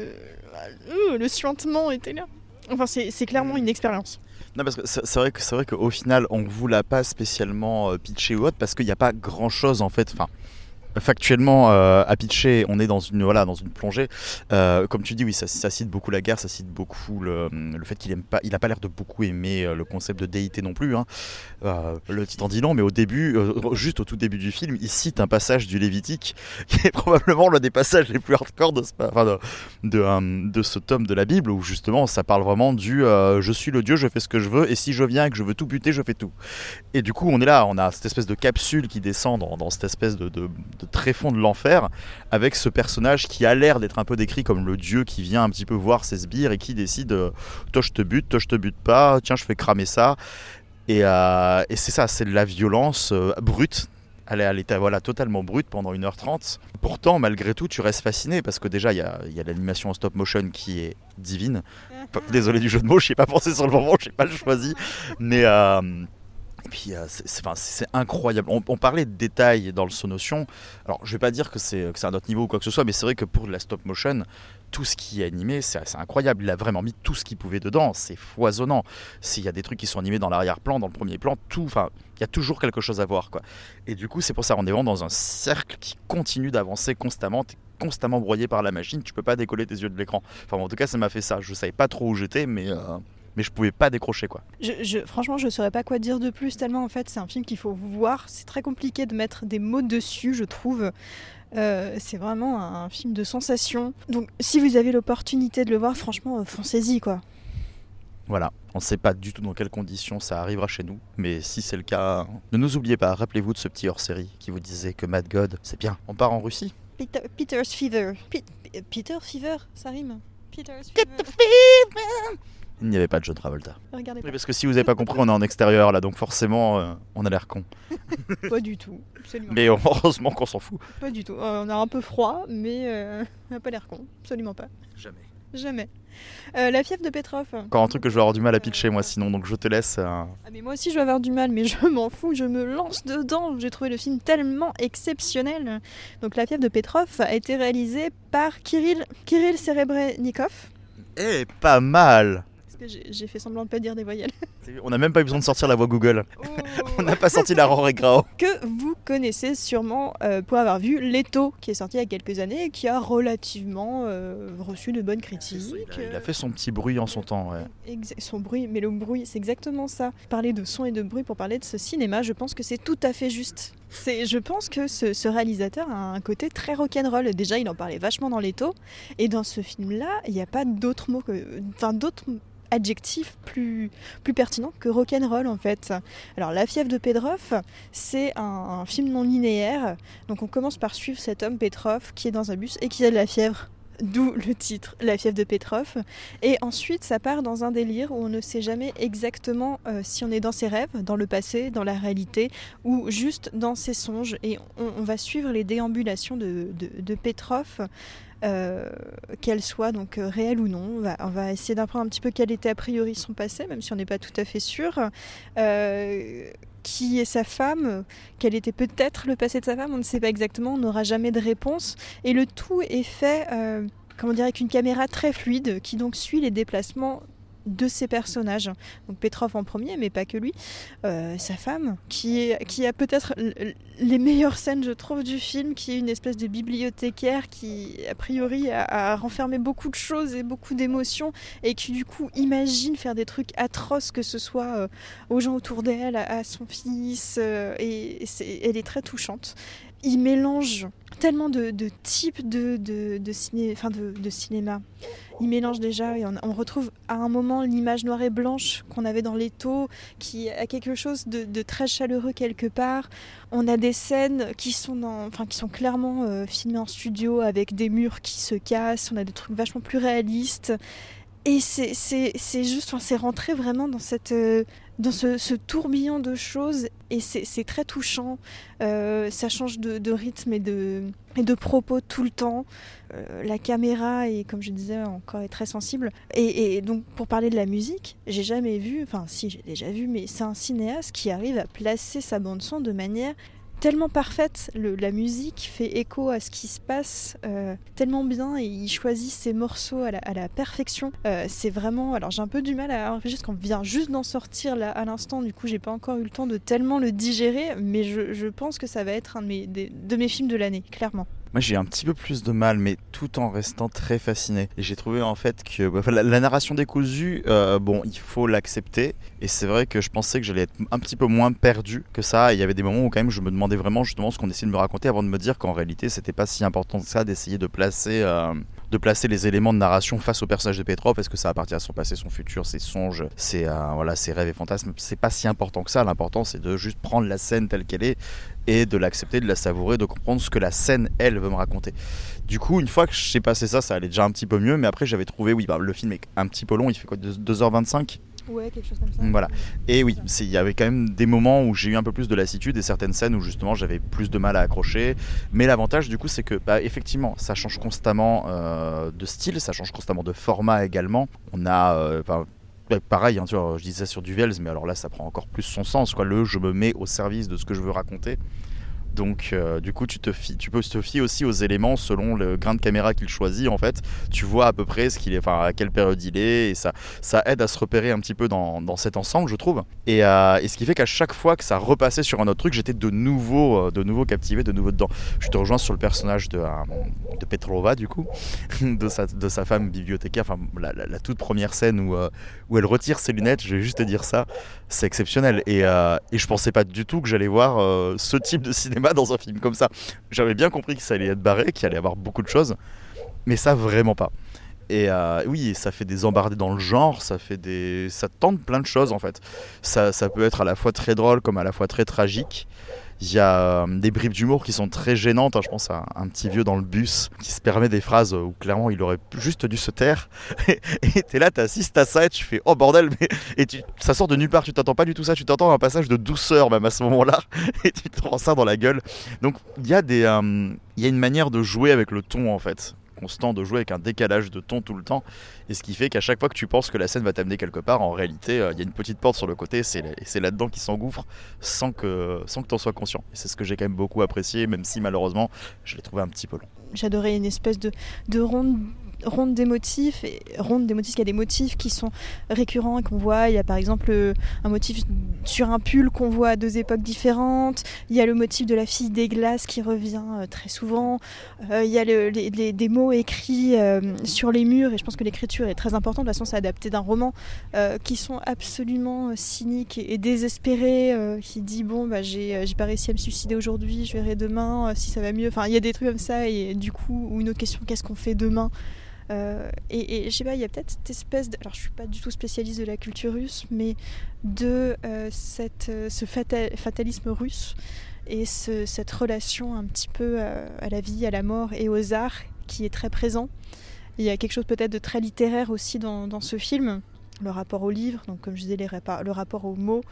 euh, le suintement étaient là. Enfin c'est, c'est clairement une expérience. Non, parce que c'est, c'est vrai que c'est vrai qu'au final on vous l'a pas spécialement euh, pitché ou autre, parce qu'il n'y a pas grand chose en fait. Enfin, factuellement, euh, à pitcher, on est dans une, voilà, dans une plongée. Euh, comme tu dis, oui, ça, ça cite beaucoup la guerre, ça cite beaucoup le, le fait qu'il aime pas, il a pas l'air de beaucoup aimer euh, le concept de déité non plus. Hein. Euh, le titre en dit long, mais au début, euh, juste au tout début du film, il cite un passage du Lévitique qui est probablement l'un des passages les plus hardcore de ce, enfin, de, de, euh, de ce tome de la Bible, où justement ça parle vraiment du euh, je suis le Dieu, je fais ce que je veux, et si je viens et que je veux tout buter, je fais tout. Et du coup, on est là, on a cette espèce de capsule qui descend dans, dans cette espèce de, de de tréfonds de l'enfer, avec ce personnage qui a l'air d'être un peu décrit comme le dieu qui vient un petit peu voir ses sbires et qui décide euh, toi je te bute, toi je te bute pas, tiens je fais cramer ça. Et, euh, et c'est ça, c'est de la violence euh, brute. Elle est à l'état voilà, totalement brute pendant une heure trente. Pourtant, malgré tout, tu restes fasciné parce que déjà, il y a, y a l'animation en stop motion qui est divine. Désolé du jeu de mots, je n'y ai pas pensé sur le moment, je n'ai pas le choisi. Mais. Euh, Et puis euh, c'est, c'est, enfin, c'est incroyable. On, on parlait de détails dans le Sonotion. Alors je vais pas dire que c'est, que c'est un autre niveau ou quoi que ce soit, mais c'est vrai que pour de la stop motion, tout ce qui est animé, c'est, c'est incroyable. Il a vraiment mis tout ce qu'il pouvait dedans. C'est foisonnant. S'il y a des trucs qui sont animés dans l'arrière-plan, dans le premier plan, tout. Enfin, il y a toujours quelque chose à voir, quoi. Et du coup, c'est pour ça on est vraiment dans un cercle qui continue d'avancer constamment. T'es constamment broyé par la machine. Tu peux pas décoller tes yeux de l'écran. Enfin, en tout cas, ça m'a fait ça. Je savais pas trop où j'étais, mais. Euh... mais je pouvais pas décrocher quoi. Je, je, franchement je saurais pas quoi dire de plus tellement en fait c'est un film qu'il faut voir, c'est très compliqué de mettre des mots dessus je trouve. Euh, c'est vraiment un film de sensation, donc si vous avez l'opportunité de le voir franchement foncez-y quoi. Voilà, on ne sait pas du tout dans quelles conditions ça arrivera chez nous, mais si c'est le cas, ne nous oubliez pas, rappelez-vous de ce petit hors-série qui vous disait que Mad God c'est bien. On part en Russie. Peter, Peter's Fever. P- Peter Fever, ça rime. Peter's Fever. Il n'y avait pas de John Travolta. Regardez pas. Oui, parce que si vous n'avez pas compris, on est en extérieur là, donc forcément, euh, on a l'air con. Pas du tout, absolument. Mais heureusement qu'on s'en fout. Pas du tout. Euh, on a un peu froid, mais euh, on n'a pas l'air con, absolument pas. Jamais. Jamais. Euh, la fièvre de Petrov. Encore un truc que je vais avoir du mal à pitcher moi sinon, donc je te laisse. Euh... Ah mais moi aussi je vais avoir du mal, mais je m'en fous, je me lance dedans. J'ai trouvé le film tellement exceptionnel. Donc la fièvre de Petrov a été réalisée par Kirill, Kirill Serebrennikov. Eh, pas mal. J'ai, j'ai fait semblant de pas dire des voyelles. On n'a même pas eu besoin de sortir la voix Google. Oh. On n'a pas sorti la Rore et Grao. Que vous connaissez sûrement euh, pour avoir vu Leto, qui est sorti il y a quelques années et qui a relativement euh, reçu de bonnes critiques. Il a, il a fait son petit bruit en son temps, ouais. Exa- son bruit, mais le bruit, c'est exactement ça. Parler de son et de bruit pour parler de ce cinéma, je pense que c'est tout à fait juste. C'est, je pense que ce, ce réalisateur a un côté très rock'n'roll. Déjà, il en parlait vachement dans Leto, et dans ce film-là, il n'y a pas d'autres mots que, enfin d'autres adjectif plus, plus pertinent que rock'n'roll en fait. Alors La fièvre de Petrov, c'est un, un film non linéaire. Donc on commence par suivre cet homme Petrov qui est dans un bus et qui a de la fièvre. D'où le titre, La fièvre de Petrov. Et ensuite, ça part dans un délire où on ne sait jamais exactement euh, si on est dans ses rêves, dans le passé, dans la réalité, ou juste dans ses songes. Et on, on va suivre les déambulations de, de, de Petrov, euh, qu'elles soient donc euh, réelles ou non. On va, on va essayer d'apprendre un petit peu quel était a priori son passé, même si on n'est pas tout à fait sûr. Euh, qui est sa femme, quel était peut-être le passé de sa femme, on ne sait pas exactement, on n'aura jamais de réponse. Et le tout est fait, euh, comment dire, avec une caméra très fluide, qui donc suit les déplacements de ses personnages. Donc Petrov en premier, mais pas que lui, euh, sa femme, qui, est, qui a peut-être l- les meilleures scènes, je trouve, du film, qui est une espèce de bibliothécaire qui, a priori, a, a renfermé beaucoup de choses et beaucoup d'émotions, et qui, du coup, imagine faire des trucs atroces, que ce soit euh, aux gens autour d'elle, à, à son fils, euh, et, et c'est, elle est très touchante. Il mélange tellement de, de types de, de, de, ciné, enfin de, de cinéma. Il mélange déjà, et on, on retrouve à un moment l'image noire et blanche qu'on avait dans Leto, qui a quelque chose de, de très chaleureux quelque part. On a des scènes qui sont, dans, enfin, qui sont clairement euh, filmées en studio avec des murs qui se cassent. On a des trucs vachement plus réalistes. Et c'est, c'est, c'est juste, enfin, c'est rentré vraiment dans, cette, euh, dans ce, ce tourbillon de choses, et c'est, c'est très touchant. Euh, ça change de, de rythme et de, et de propos tout le temps. Euh, la caméra, est, comme je disais, encore est très sensible. Et, et donc, pour parler de la musique, j'ai jamais vu, enfin si, j'ai déjà vu, mais c'est un cinéaste qui arrive à placer sa bande-son de manière tellement parfaite. Le, la musique fait écho à ce qui se passe euh, tellement bien, et il choisit ses morceaux à la, à la perfection. Euh, c'est vraiment... Alors j'ai un peu du mal à réfléchir parce qu'on vient juste d'en sortir là, à l'instant, du coup j'ai pas encore eu le temps de tellement le digérer, mais je, je pense que ça va être un de mes, des, de mes films de l'année, clairement. Moi j'ai un petit peu plus de mal, mais tout en restant très fasciné. Et j'ai trouvé en fait que bah, la, la narration décousue, euh, bon, il faut l'accepter. Et c'est vrai que je pensais que j'allais être un petit peu moins perdu que ça. Et il y avait des moments où quand même je me demandais vraiment justement ce qu'on essayait de me raconter, avant de me dire qu'en réalité c'était pas si important que ça d'essayer de placer, euh, de placer les éléments de narration face au personnage de Petrov, parce que ça appartient à son passé, son futur, ses songes, ses, euh, voilà, ses rêves et fantasmes. C'est pas si important que ça. L'important c'est de juste prendre la scène telle qu'elle est et de l'accepter, de la savourer, de comprendre ce que la scène, elle, veut me raconter. Du coup, une fois que j'ai passé ça, ça allait déjà un petit peu mieux, mais après j'avais trouvé, oui, bah, le film est un petit peu long, il fait quoi, deux heures vingt-cinq ? Ouais, quelque chose comme ça. Voilà. Et oui, il y avait quand même des moments où j'ai eu un peu plus de lassitude, et certaines scènes où justement j'avais plus de mal à accrocher. Mais l'avantage du coup, c'est que bah, effectivement, ça change constamment euh, de style, ça change constamment de format également. On a... Euh, pareil, hein, tu vois, je disais ça sur Duvels, mais alors là ça prend encore plus son sens, quoi. Le je me mets au service de ce que je veux raconter. Donc euh, du coup tu, te fies, tu peux te fier aussi aux éléments selon le grain de caméra qu'il choisit en fait. Tu vois à peu près ce qu'il est, enfin, à quelle période il est, et ça, ça aide à se repérer un petit peu dans, dans cet ensemble, je trouve. Et, euh, et ce qui fait qu'à chaque fois que ça repassait sur un autre truc, j'étais de nouveau, de nouveau captivé, de nouveau dedans. Je te rejoins sur le personnage de, euh, de Petrova du coup, de sa, de sa femme bibliothécaire, enfin la, la, la toute première scène où, euh, où elle retire ses lunettes, je vais juste te dire ça, c'est exceptionnel. Et, euh, et je pensais pas du tout que j'allais voir euh, ce type de cinéma dans un film comme ça. J'avais bien compris que ça allait être barré, qu'il allait y avoir beaucoup de choses, mais ça vraiment pas. Et euh, oui, ça fait des embardées dans le genre, ça fait des, ça tente plein de choses en fait. Ça, ça peut être à la fois très drôle comme à la fois très tragique. Il y a euh, des bribes d'humour qui sont très gênantes, hein. Je pense à un petit vieux dans le bus qui se permet des phrases où clairement il aurait juste dû se taire. Et t'es là, t'assistes à ça et tu fais oh bordel, mais... et tu... ça sort de nulle part, tu t'entends pas du tout ça, tu t'entends un passage de douceur même à ce moment-là, et tu te prends ça dans la gueule. Donc il y a des, euh... il y a une manière de jouer avec le ton en fait, constant, de jouer avec un décalage de ton tout le temps, et ce qui fait qu'à chaque fois que tu penses que la scène va t'amener quelque part, en réalité il euh, y a une petite porte sur le côté, et c'est, et c'est là-dedans qu'il s'engouffre sans que, sans que t'en sois conscient. Et c'est ce que j'ai quand même beaucoup apprécié, même si malheureusement je l'ai trouvé un petit peu long. J'adorais une espèce de, de ronde ronde des motifs, et ronde des motifs, il y a des motifs qui sont récurrents et qu'on voit. Il y a par exemple un motif sur un pull qu'on voit à deux époques différentes. Il y a le motif de la fille des glaces qui revient euh, très souvent. Euh, il y a le, les, les, des mots écrits euh, sur les murs, et je pense que l'écriture est très importante. De toute façon, c'est adapté d'un roman, euh, qui sont absolument cyniques et, et désespérés, euh, qui dit bon bah j'ai, j'ai pas réussi à me suicider aujourd'hui, je verrai demain euh, si ça va mieux. Enfin, il y a des trucs comme ça, et du coup, ou une autre question, qu'est-ce qu'on fait demain? Euh, et, et je sais pas, il y a peut-être cette espèce de, alors je suis pas du tout spécialiste de la culture russe, mais de euh, cette, ce fatal, fatalisme russe, et ce, cette relation un petit peu à, à la vie, à la mort et aux arts qui est très présent. Il y a quelque chose peut-être de très littéraire aussi dans, dans ce film, le rapport au livre, donc comme je disais, les rapa- le rapport aux mots,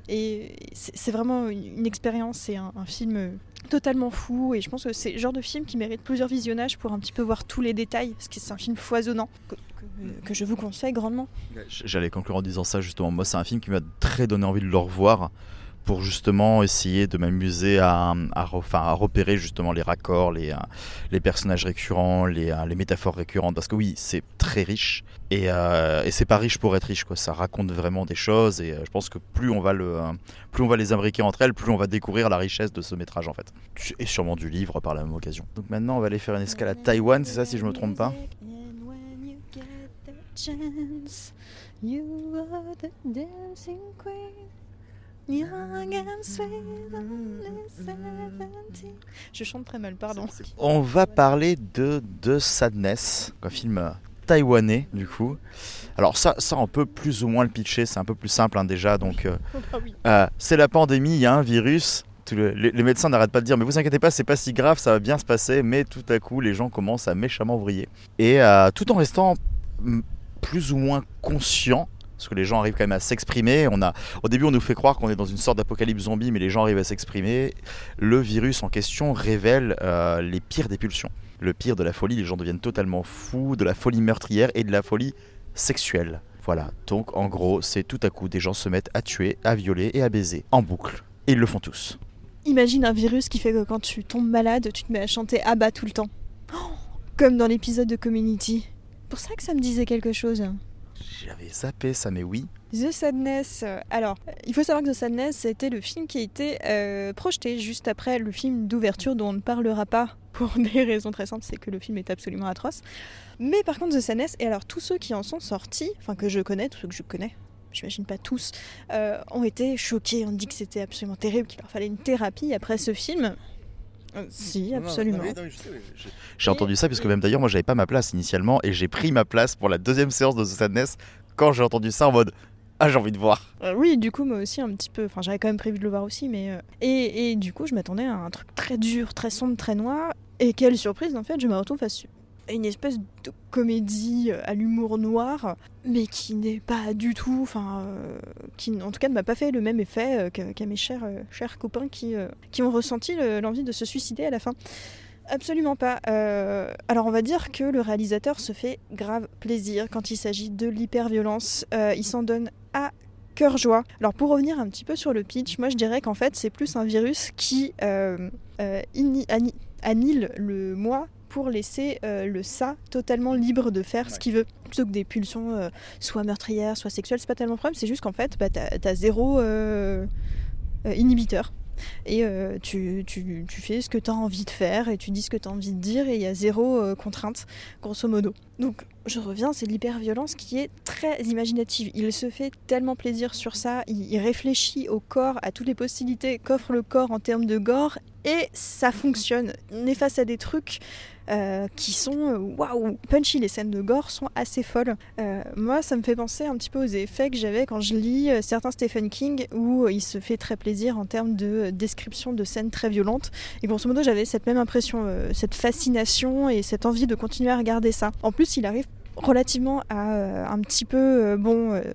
et c'est, c'est vraiment une, une expérience, c'est un, un film totalement fou, et je pense que c'est le genre de film qui mérite plusieurs visionnages pour un petit peu voir tous les détails, parce que c'est un film foisonnant que, que, que je vous conseille grandement. J'allais conclure en disant ça justement, moi c'est un film qui m'a très donné envie de le revoir, pour justement essayer de m'amuser à, à, enfin, à repérer justement les raccords, les, les personnages récurrents, les, les métaphores récurrentes, parce que oui, c'est très riche, et, euh, et c'est pas riche pour être riche, quoi. Ça raconte vraiment des choses, et euh, je pense que plus on, va le, plus on va les imbriquer entre elles, plus on va découvrir la richesse de ce métrage en fait, et sûrement du livre par la même occasion. Donc maintenant on va aller faire une escale à Taïwan, c'est ça si je me trompe pas? You are the dancing queen, young and sweet, only seventeen. Je chante très mal, pardon. On va parler de The Sadness, un film taïwanais du coup. Alors ça, ça on peut plus ou moins le pitcher, c'est un peu plus simple hein, déjà. Donc euh, oh bah oui. euh, c'est la pandémie, il y a un virus. Tout le, les, les médecins n'arrêtent pas de dire mais vous inquiétez pas, c'est pas si grave, ça va bien se passer. Mais tout à coup, les gens commencent à méchamment vriller. Et euh, tout en restant m- plus ou moins conscients, parce que les gens arrivent quand même à s'exprimer. On a, au début, on nous fait croire qu'on est dans une sorte d'apocalypse zombie, mais les gens arrivent à s'exprimer. Le virus en question révèle euh, les pires des pulsions. Le pire de la folie, les gens deviennent totalement fous, de la folie meurtrière et de la folie sexuelle. Voilà, donc en gros, c'est tout à coup, des gens se mettent à tuer, à violer et à baiser, en boucle. Et ils le font tous. Imagine un virus qui fait que quand tu tombes malade, tu te mets à chanter Abba tout le temps. Oh, comme dans l'épisode de Community. C'est pour ça que ça me disait quelque chose. J'avais zappé ça, mais oui. The Sadness. Alors, il faut savoir que The Sadness, c'était le film qui a été euh, projeté juste après le film d'ouverture dont on ne parlera pas pour des raisons très simples, c'est que le film est absolument atroce. Mais par contre, The Sadness, et alors tous ceux qui en sont sortis, enfin que je connais, tous ceux que je connais, j'imagine pas tous, euh, ont été choqués. On dit que c'était absolument terrible, qu'il leur fallait une thérapie après ce film. Euh, si, absolument. Non, non, non, oui, je sais, oui, j'ai, j'ai entendu ça, puisque même d'ailleurs, moi, j'avais pas ma place initialement, et j'ai pris ma place pour la deuxième séance de The Sadness quand j'ai entendu ça en mode ah, j'ai envie de voir. Euh, oui, du coup, moi aussi, un petit peu. Enfin, j'avais quand même prévu de le voir aussi, mais. Euh... Et, et du coup, je m'attendais à un truc très dur, très sombre, très noir. Et quelle surprise, en fait, je me retrouve face à une espèce de comédie à l'humour noir, mais qui n'est pas du tout. Enfin, euh, qui en tout cas ne m'a pas fait le même effet euh, qu'à mes chers, euh, chers copains qui, euh, qui ont ressenti le, l'envie de se suicider à la fin. Absolument pas. Euh, alors on va dire que le réalisateur se fait grave plaisir quand il s'agit de l'hyperviolence. Euh, il s'en donne à cœur joie. Alors pour revenir un petit peu sur le pitch, moi je dirais qu'en fait c'est plus un virus qui euh, euh, ini- ani- annihile le moi pour laisser euh, le ça totalement libre de faire ouais. ce qu'il veut. Plutôt que des pulsions euh, soit meurtrières, soit sexuelles, c'est pas tellement le problème, c'est juste qu'en fait bah, t'as, t'as zéro euh, euh, inhibiteur. Et euh, tu, tu, tu fais ce que tu as envie de faire et tu dis ce que tu as envie de dire et il y a zéro euh, contrainte, grosso modo. Donc je reviens, c'est l'hyperviolence qui est très imaginative. Il se fait tellement plaisir sur ça, il, il réfléchit au corps, à toutes les possibilités qu'offre le corps en termes de gore et ça fonctionne. On est face à des trucs euh, qui sont waouh, punchy. Les scènes de gore sont assez folles. Euh, moi, ça me fait penser un petit peu aux effets que j'avais quand je lis euh, certains Stephen King où euh, il se fait très plaisir en termes de euh, description de scènes très violentes. Et grosso modo, j'avais cette même impression, euh, cette fascination et cette envie de continuer à regarder ça. En plus, il arrive relativement à euh, un petit peu euh, bon euh,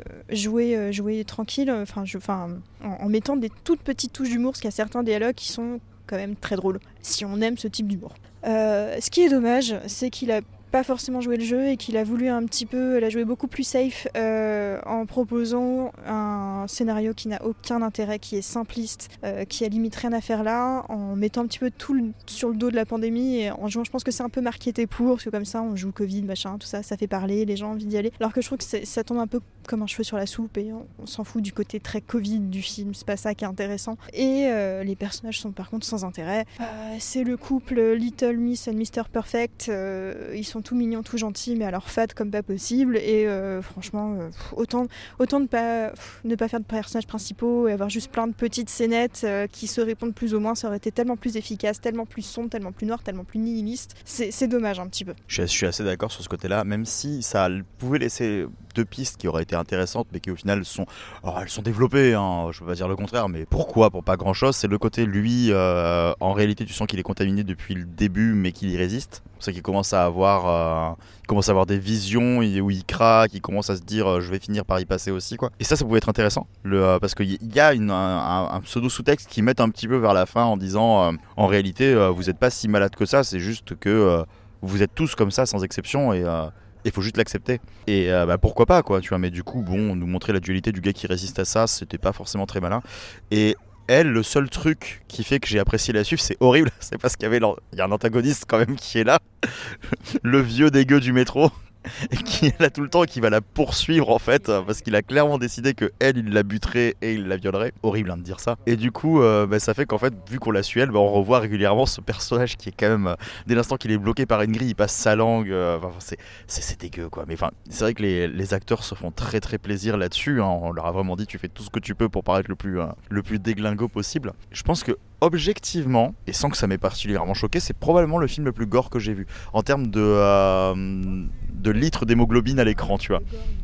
jouer euh, jouer tranquille enfin je enfin en, en mettant des toutes petites touches d'humour parce qu'il y a certains dialogues qui sont quand même très drôles si on aime ce type d'humour. Euh, ce qui est dommage, c'est qu'il a pas forcément joué le jeu et qu'il a voulu un petit peu la jouer beaucoup plus safe euh, en proposant un scénario qui n'a aucun intérêt, qui est simpliste, euh, qui a limite rien à faire là, en mettant un petit peu tout le, sur le dos de la pandémie et en jouant, je pense que c'est un peu marketé pour, parce que comme ça on joue Covid, machin, tout ça, ça fait parler, les gens ont envie d'y aller, alors que je trouve que ça tombe un peu comme un cheveu sur la soupe et on, on s'en fout du côté très Covid du film, c'est pas ça qui est intéressant. Et euh, les personnages sont par contre sans intérêt. Euh, c'est le couple Little Miss and mister Perfect, euh, ils sont tout mignons, tout gentils, mais alors fade comme pas possible. Et euh, franchement, euh, autant, autant ne, pas, ne pas faire de personnages principaux et avoir juste plein de petites scénettes euh, qui se répondent plus ou moins, ça aurait été tellement plus efficace, tellement plus sombre, tellement plus noir, tellement plus nihiliste. C'est, c'est dommage un petit peu. Je, je suis assez d'accord sur ce côté-là, même si ça pouvait laisser deux pistes qui auraient été intéressantes, mais qui au final sont, alors elles sont développées, hein, je ne veux pas dire le contraire, mais pourquoi ? Pour pas grand-chose. C'est le côté, lui, euh, en réalité, tu sens qu'il est contaminé depuis le début, mais qu'il y résiste. C'est qu'il commence à avoir, euh, il commence à avoir des visions où il craque, il commence à se dire euh, je vais finir par y passer aussi, quoi. Et ça, ça pouvait être intéressant, le, euh, parce qu'il y a une, un, un pseudo sous-texte qui met un petit peu vers la fin en disant euh, en réalité, euh, vous n'êtes pas si malade que ça, c'est juste que euh, vous êtes tous comme ça sans exception et, euh, il faut juste l'accepter. Et euh, bah, pourquoi pas, quoi, tu vois. Mais du coup, bon, nous montrer la dualité du gars qui résiste à ça, c'était pas forcément très malin. Et elle, le seul truc qui fait que j'ai apprécié la suivre, c'est horrible, c'est parce qu'il y avait l'an- il y a un antagoniste quand même qui est là, le vieux dégueu du métro, et qui est là tout le temps et qui va la poursuivre en fait, euh, parce qu'il a clairement décidé que elle, il la buterait et il la violerait. Horrible hein, de dire ça. Et du coup, euh, bah, ça fait qu'en fait, vu qu'on la suit elle, bah, on revoit régulièrement ce personnage qui est quand même, euh, dès l'instant qu'il est bloqué par une grille, il passe sa langue. euh, Enfin, c'est, c'est, c'est dégueu quoi. Mais enfin, c'est vrai que les, les acteurs se font très très plaisir là-dessus. hein. On leur a vraiment dit, tu fais tout ce que tu peux pour paraître le plus, euh, le plus déglingo possible. Je pense que objectivement, et sans que ça m'ait particulièrement choqué, c'est probablement le film le plus gore que j'ai vu en termes de, euh, de litres d'hémoglobine à l'écran, tu vois.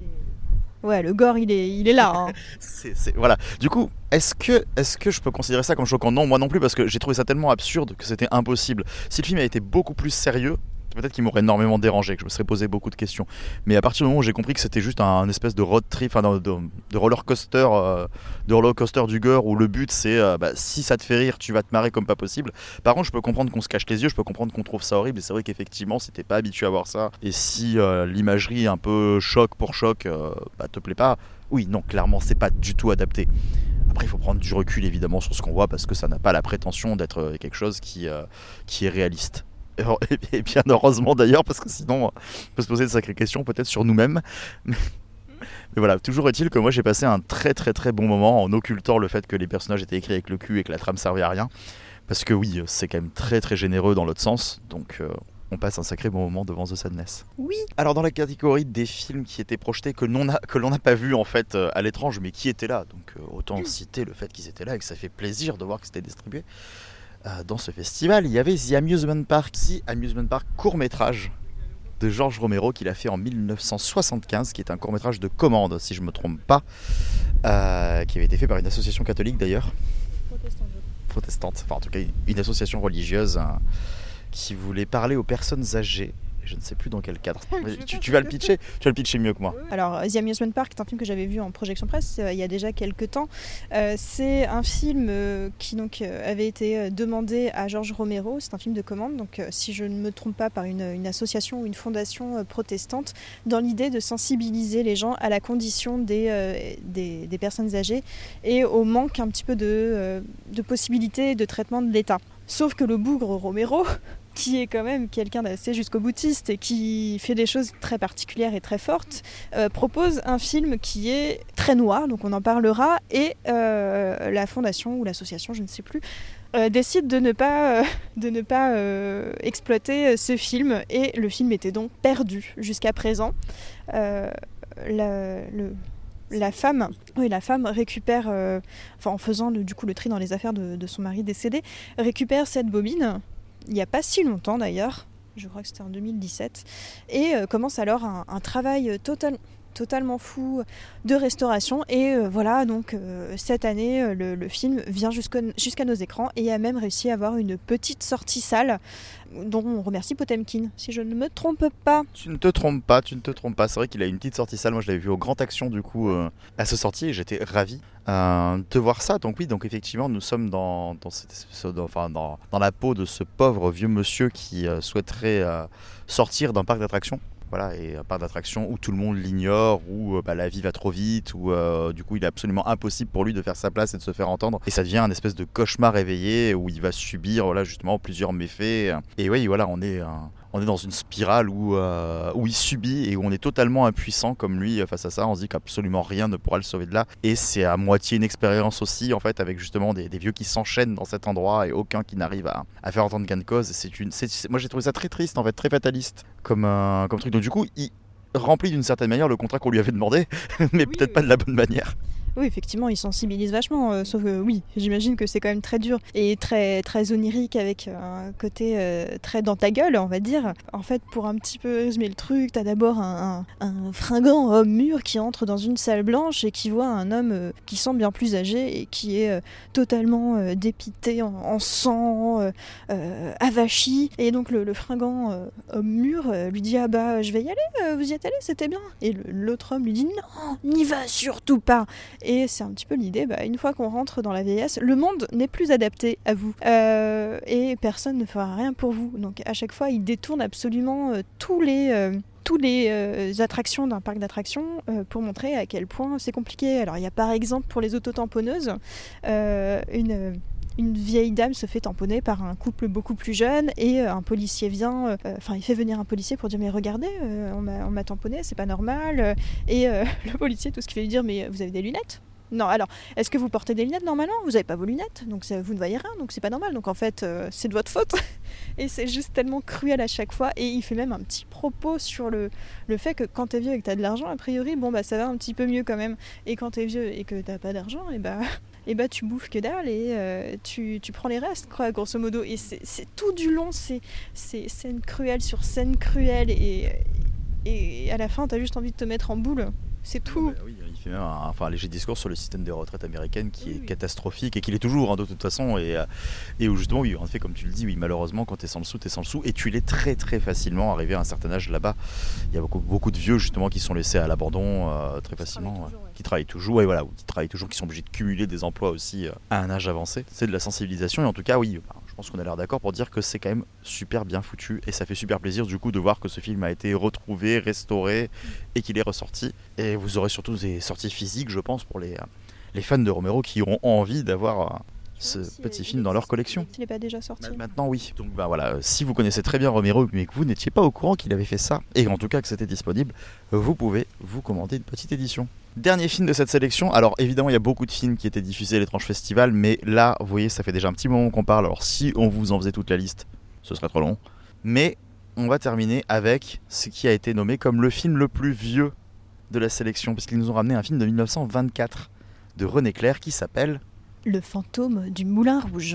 Ouais, le gore, il est, il est là. Hein. c'est, c'est, voilà. Du coup, est-ce que, est-ce que je peux considérer ça comme choquant ? Non, moi non plus, parce que j'ai trouvé ça tellement absurde que c'était impossible. Si le film avait été beaucoup plus sérieux, peut-être qu'il m'aurait énormément dérangé, que je me serais posé beaucoup de questions. Mais à partir du moment où j'ai compris que c'était juste un, un espèce de road trip, enfin de, de, de roller coaster, euh, de roller coaster du gore, où le but c'est, euh, bah, si ça te fait rire, tu vas te marrer comme pas possible. Par contre, je peux comprendre qu'on se cache les yeux, je peux comprendre qu'on trouve ça horrible. Et c'est vrai qu'effectivement, si t'es pas habitué à voir ça, et si euh, l'imagerie un peu choc pour choc, euh, bah, te plaît pas, oui, non, clairement, c'est pas du tout adapté. Après, il faut prendre du recul évidemment sur ce qu'on voit parce que ça n'a pas la prétention d'être quelque chose qui, euh, qui est réaliste. Et bien heureusement d'ailleurs, parce que sinon on peut se poser de sacrées questions peut-être sur nous-mêmes. Mais, mais voilà, toujours est-il que moi j'ai passé un très très très bon moment en occultant le fait que les personnages étaient écrits avec le cul et que la trame servait à rien. Parce que oui, c'est quand même très très généreux dans l'autre sens. Donc euh, on passe un sacré bon moment devant The Sadness. Oui. Alors dans la catégorie des films qui étaient projetés que l'on a, que l'on n'a pas vu en fait euh, à l'étrange, mais qui étaient là. Donc euh, autant citer le fait qu'ils étaient là et que ça fait plaisir de voir que c'était distribué. Euh, dans ce festival, il y avait The Amusement Park, The Amusement Park court-métrage de George Romero qu'il a fait en dix-neuf cent soixante-quinze, qui est un court-métrage de commande, si je ne me trompe pas, euh, qui avait été fait par une association catholique d'ailleurs. Protestante. Protestante, enfin en tout cas une association religieuse hein, qui voulait parler aux personnes âgées. Je ne sais plus dans quel cadre. tu, tu vas le pitcher Tu vas le pitcher mieux que moi. Alors, The Amusement Park est un film que j'avais vu en projection presse euh, il y a déjà quelques temps. Euh, c'est un film euh, qui donc, euh, avait été demandé à George Romero. C'est un film de commande, donc euh, si je ne me trompe pas, par une, une association ou une fondation euh, protestante, dans l'idée de sensibiliser les gens à la condition des, euh, des, des personnes âgées et au manque un petit peu de, euh, de possibilités de traitement de l'État. Sauf que le bougre Romero, qui est quand même quelqu'un d'assez jusqu'au boutiste et qui fait des choses très particulières et très fortes, euh, propose un film qui est très noir, donc on en parlera, et euh, la fondation ou l'association, je ne sais plus, euh, décide de ne pas, euh, de ne pas euh, exploiter ce film, et le film était donc perdu jusqu'à présent. Euh, la, le... La femme, oui, la femme récupère, euh, enfin, en faisant le, du coup le tri dans les affaires de, de son mari décédé, récupère cette bobine, il n'y a pas si longtemps d'ailleurs, je crois que c'était en deux mille dix-sept, et euh, commence alors un, un travail total, totalement fou de restauration. Et euh, voilà, donc euh, cette année, euh, le, le film vient jusqu'à nos écrans et a même réussi à avoir une petite sortie salle dont on remercie Potemkin, si je ne me trompe pas. Tu ne te trompes pas, tu ne te trompes pas. C'est vrai qu'il a une petite sortie salle. Moi, je l'avais vu au Grand Action du coup euh, à sa sortie et j'étais ravi euh, de voir ça. Donc oui, donc effectivement, nous sommes dans dans, cette, dans, enfin, dans, dans la peau de ce pauvre vieux monsieur qui euh, souhaiterait euh, sortir d'un parc d'attractions. Voilà, et un parc d'attractions où tout le monde l'ignore, où euh, bah, la vie va trop vite, où euh, du coup il est absolument impossible pour lui de faire sa place et de se faire entendre. Et ça devient un espèce de cauchemar éveillé où il va subir voilà, justement plusieurs méfaits. Et oui, voilà, on est, euh, on est dans une spirale où, euh, où il subit et où on est totalement impuissant comme lui face à ça. On se dit qu'absolument rien ne pourra le sauver de là. Et c'est à moitié une expérience aussi, en fait, avec justement des, des vieux qui s'enchaînent dans cet endroit et aucun qui n'arrive à, à faire entendre gain de cause. C'est une, c'est, c'est, moi j'ai trouvé ça très triste, en fait, très fataliste comme, euh, comme truc. Donc du coup, il remplit d'une certaine manière le contrat qu'on lui avait demandé, mais oui, peut-être oui. pas de la bonne manière. Oui, effectivement, il sensibilise vachement, euh, sauf que oui, j'imagine que c'est quand même très dur et très, très onirique avec un côté euh, très dans ta gueule, on va dire. En fait, pour un petit peu résumer le truc, t'as d'abord un, un, un fringant homme mûr qui entre dans une salle blanche et qui voit un homme euh, qui semble bien plus âgé et qui est euh, totalement euh, dépité en, en sang, euh, euh, avachi. Et donc le, le fringant euh, homme mûr euh, lui dit « Ah bah, je vais y aller, euh, vous y êtes allé, c'était bien ». Et le, l'autre homme lui dit « Non, n'y va surtout pas ». Et c'est un petit peu l'idée, bah, une fois qu'on rentre dans la vieillesse, le monde n'est plus adapté à vous. Euh, et personne ne fera rien pour vous. Donc à chaque fois, il détourne absolument euh, tous les... Euh, tous les euh, attractions d'un parc d'attractions euh, pour montrer à quel point c'est compliqué. Alors il y a par exemple pour les autotamponneuses euh, une, une vieille dame se fait tamponner par un couple beaucoup plus jeune et euh, un policier vient, enfin euh, il fait venir un policier pour dire mais regardez, euh, on, m'a, on m'a tamponné, c'est pas normal. Et euh, le policier tout ce qu'il fait lui dire mais vous avez des lunettes ? Non, alors, est-ce que vous portez des lunettes normalement ? Vous n'avez pas vos lunettes, donc ça, vous ne voyez rien, donc c'est pas normal. Donc en fait, euh, c'est de votre faute. Et c'est juste tellement cruel à chaque fois. Et il fait même un petit propos sur le, le fait que quand t'es vieux et que t'as de l'argent, a priori, bon bah ça va un petit peu mieux quand même. Et quand t'es vieux et que t'as pas d'argent, et bah, et bah tu bouffes que dalle et euh, tu, tu prends les restes, quoi, grosso modo. Et c'est, c'est tout du long, c'est, c'est scène cruelle sur scène cruelle. Et, et à la fin, t'as juste envie de te mettre en boule. C'est tout. Bah oui, il fait même un, enfin, un léger discours sur le système des retraites américaines qui oui, est oui. catastrophique et qui l'est toujours hein, de toute façon et, et où justement oui en fait comme tu le dis oui malheureusement quand t'es sans le sou t'es sans le sou et tu l'es très très facilement arrivé à un certain âge là-bas. Il y a beaucoup, beaucoup de vieux justement qui sont laissés à l'abandon euh, très facilement, toujours, ouais. ouais. Qui travaillent toujours et voilà qui travaillent toujours qui sont obligés de cumuler des emplois aussi euh, à un âge avancé. C'est de la sensibilisation et en tout cas oui bah, je pense qu'on a l'air d'accord pour dire que c'est quand même super bien foutu et ça fait super plaisir du coup de voir que ce film a été retrouvé, restauré et qu'il est ressorti et vous aurez surtout des sorties physiques je pense pour les, les fans de Romero qui auront envie d'avoir ce si petit il film dans leur collection. Il n'est pas déjà sorti. Maintenant oui. Donc bah voilà, si vous connaissez très bien Romero mais que vous n'étiez pas au courant qu'il avait fait ça et en tout cas que c'était disponible, vous pouvez vous commander une petite édition. Dernier film de cette sélection, alors évidemment il y a beaucoup de films qui étaient diffusés à l'étrange festival mais là vous voyez ça fait déjà un petit moment qu'on parle, alors si on vous en faisait toute la liste ce serait trop long, mais on va terminer avec ce qui a été nommé comme le film le plus vieux de la sélection puisqu'ils nous ont ramené un film de dix-neuf cent vingt-quatre de René Clair qui s'appelle Le fantôme du Moulin Rouge.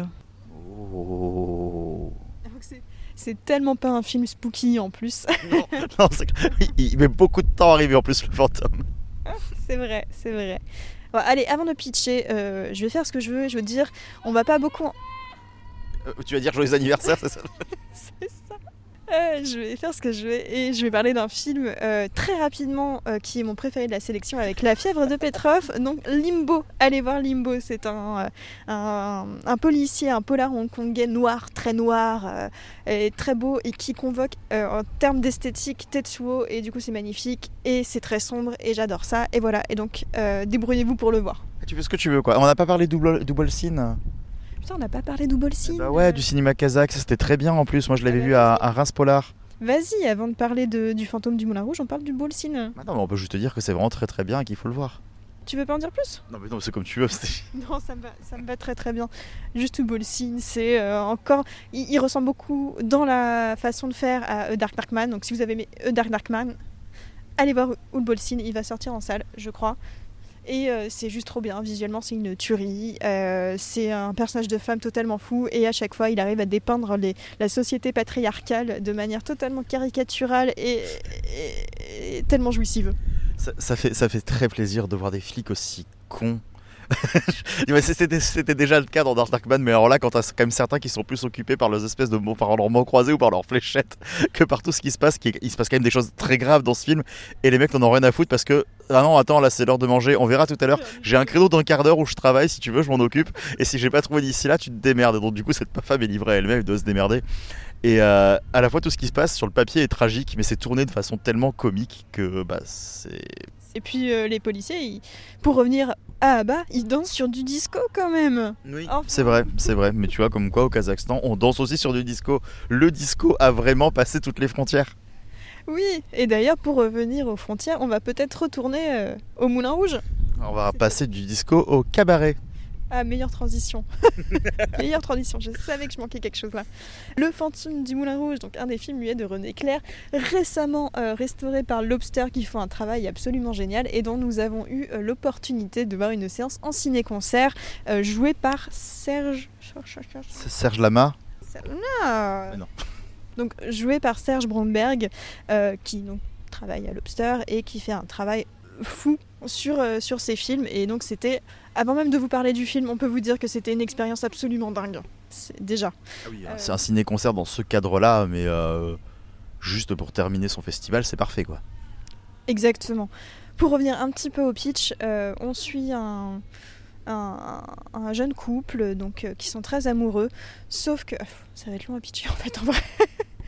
Oh. C'est, c'est tellement pas un film spooky en plus. Non, non c'est... il met beaucoup de temps à arriver en plus le fantôme. C'est vrai, c'est vrai. Bon, allez, avant de pitcher, euh, je vais faire ce que je veux. Je veux dire, on va pas beaucoup. En... Euh, tu vas dire joyeux anniversaire, c'est ça ? C'est ça. Euh, je vais faire ce que je veux et je vais parler d'un film euh, très rapidement euh, qui est mon préféré de la sélection avec La fièvre de Petrov, donc Limbo. Allez voir Limbo, c'est un, un, un policier, un polar hongkongais noir, très noir euh, et très beau et qui convoque euh, en termes d'esthétique Tetsuo et du coup c'est magnifique et c'est très sombre et j'adore ça et voilà et donc euh, débrouillez-vous pour le voir. Tu fais ce que tu veux quoi. On n'a pas parlé double, double scene. Putain, on n'a pas parlé double scene. Bah ouais, du cinéma kazakh, ça c'était très bien en plus. Moi je l'avais ah bah vu à, à Reims Polar. Vas-y, avant de parler de, du fantôme du Moulin Rouge, on parle du Bolsine. Ah non, mais on peut juste te dire que c'est vraiment très très bien et qu'il faut le voir. Tu veux pas en dire plus ? Non mais non, c'est comme tu veux. C'est... Non, ça me va, ça me va très très bien. Juste Bolsine, c'est euh, encore... Il, il ressemble beaucoup dans la façon de faire à A Dark Darkman. Donc si vous avez aimé A Dark Darkman, allez voir Old Bolsine, il va sortir en salle, je crois. Et euh, c'est juste trop bien, visuellement c'est une tuerie, euh, c'est un personnage de femme totalement fou et à chaque fois il arrive à dépeindre les, la société patriarcale de manière totalement caricaturale et, et, et tellement jouissive. Ça, ça, fait, ça fait très plaisir de voir des flics aussi cons. c'était, c'était déjà le cas dans Dark Darkman, mais alors là quand t'as quand même certains qui sont plus occupés par leurs espèces de mots, par leurs mots croisés ou par leurs fléchettes que par tout ce qui se passe, qui, il se passe quand même des choses très graves dans ce film et les mecs n'en ont rien à foutre parce que ah non attends là c'est l'heure de manger, on verra tout à l'heure, j'ai un créneau d'un quart d'heure où je travaille, si tu veux je m'en occupe et si j'ai pas trouvé d'ici là tu te démerdes, donc du coup cette femme est livrée à elle-même, elle doit se démerder et euh, à la fois tout ce qui se passe sur le papier est tragique mais c'est tourné de façon tellement comique que bah c'est... Et puis euh, les policiers, ils, pour revenir à Abba, ils dansent sur du disco quand même. Oui, enfin... c'est vrai, c'est vrai. Mais tu vois, comme quoi au Kazakhstan, on danse aussi sur du disco. Le disco a vraiment passé toutes les frontières. Oui, et d'ailleurs, pour revenir aux frontières, on va peut-être retourner euh, au Moulin Rouge. On va c'est passer ça. Du disco au cabaret. Ah, meilleure transition. meilleure transition, je savais que je manquais quelque chose là. Le fantôme du Moulin Rouge, donc un des films muets de René Clair, récemment euh, restauré par Lobster, qui font un travail absolument génial et dont nous avons eu euh, l'opportunité de voir une séance en ciné-concert euh, jouée par Serge... C'est Serge Lama. Serge... Non. non. Donc joué par Serge Bromberg, euh, qui donc, travaille à Lobster et qui fait un travail fou sur, euh, sur ces films. Et donc c'était... Avant même de vous parler du film, on peut vous dire que c'était une expérience absolument dingue. C'est déjà. Ah oui, euh... c'est un ciné-concert dans ce cadre-là, mais euh, juste pour terminer son festival, c'est parfait, quoi. Exactement. Pour revenir un petit peu au pitch, euh, on suit un, un, un jeune couple donc, euh, qui sont très amoureux, sauf que... Ça va être long à pitcher, en fait, en vrai.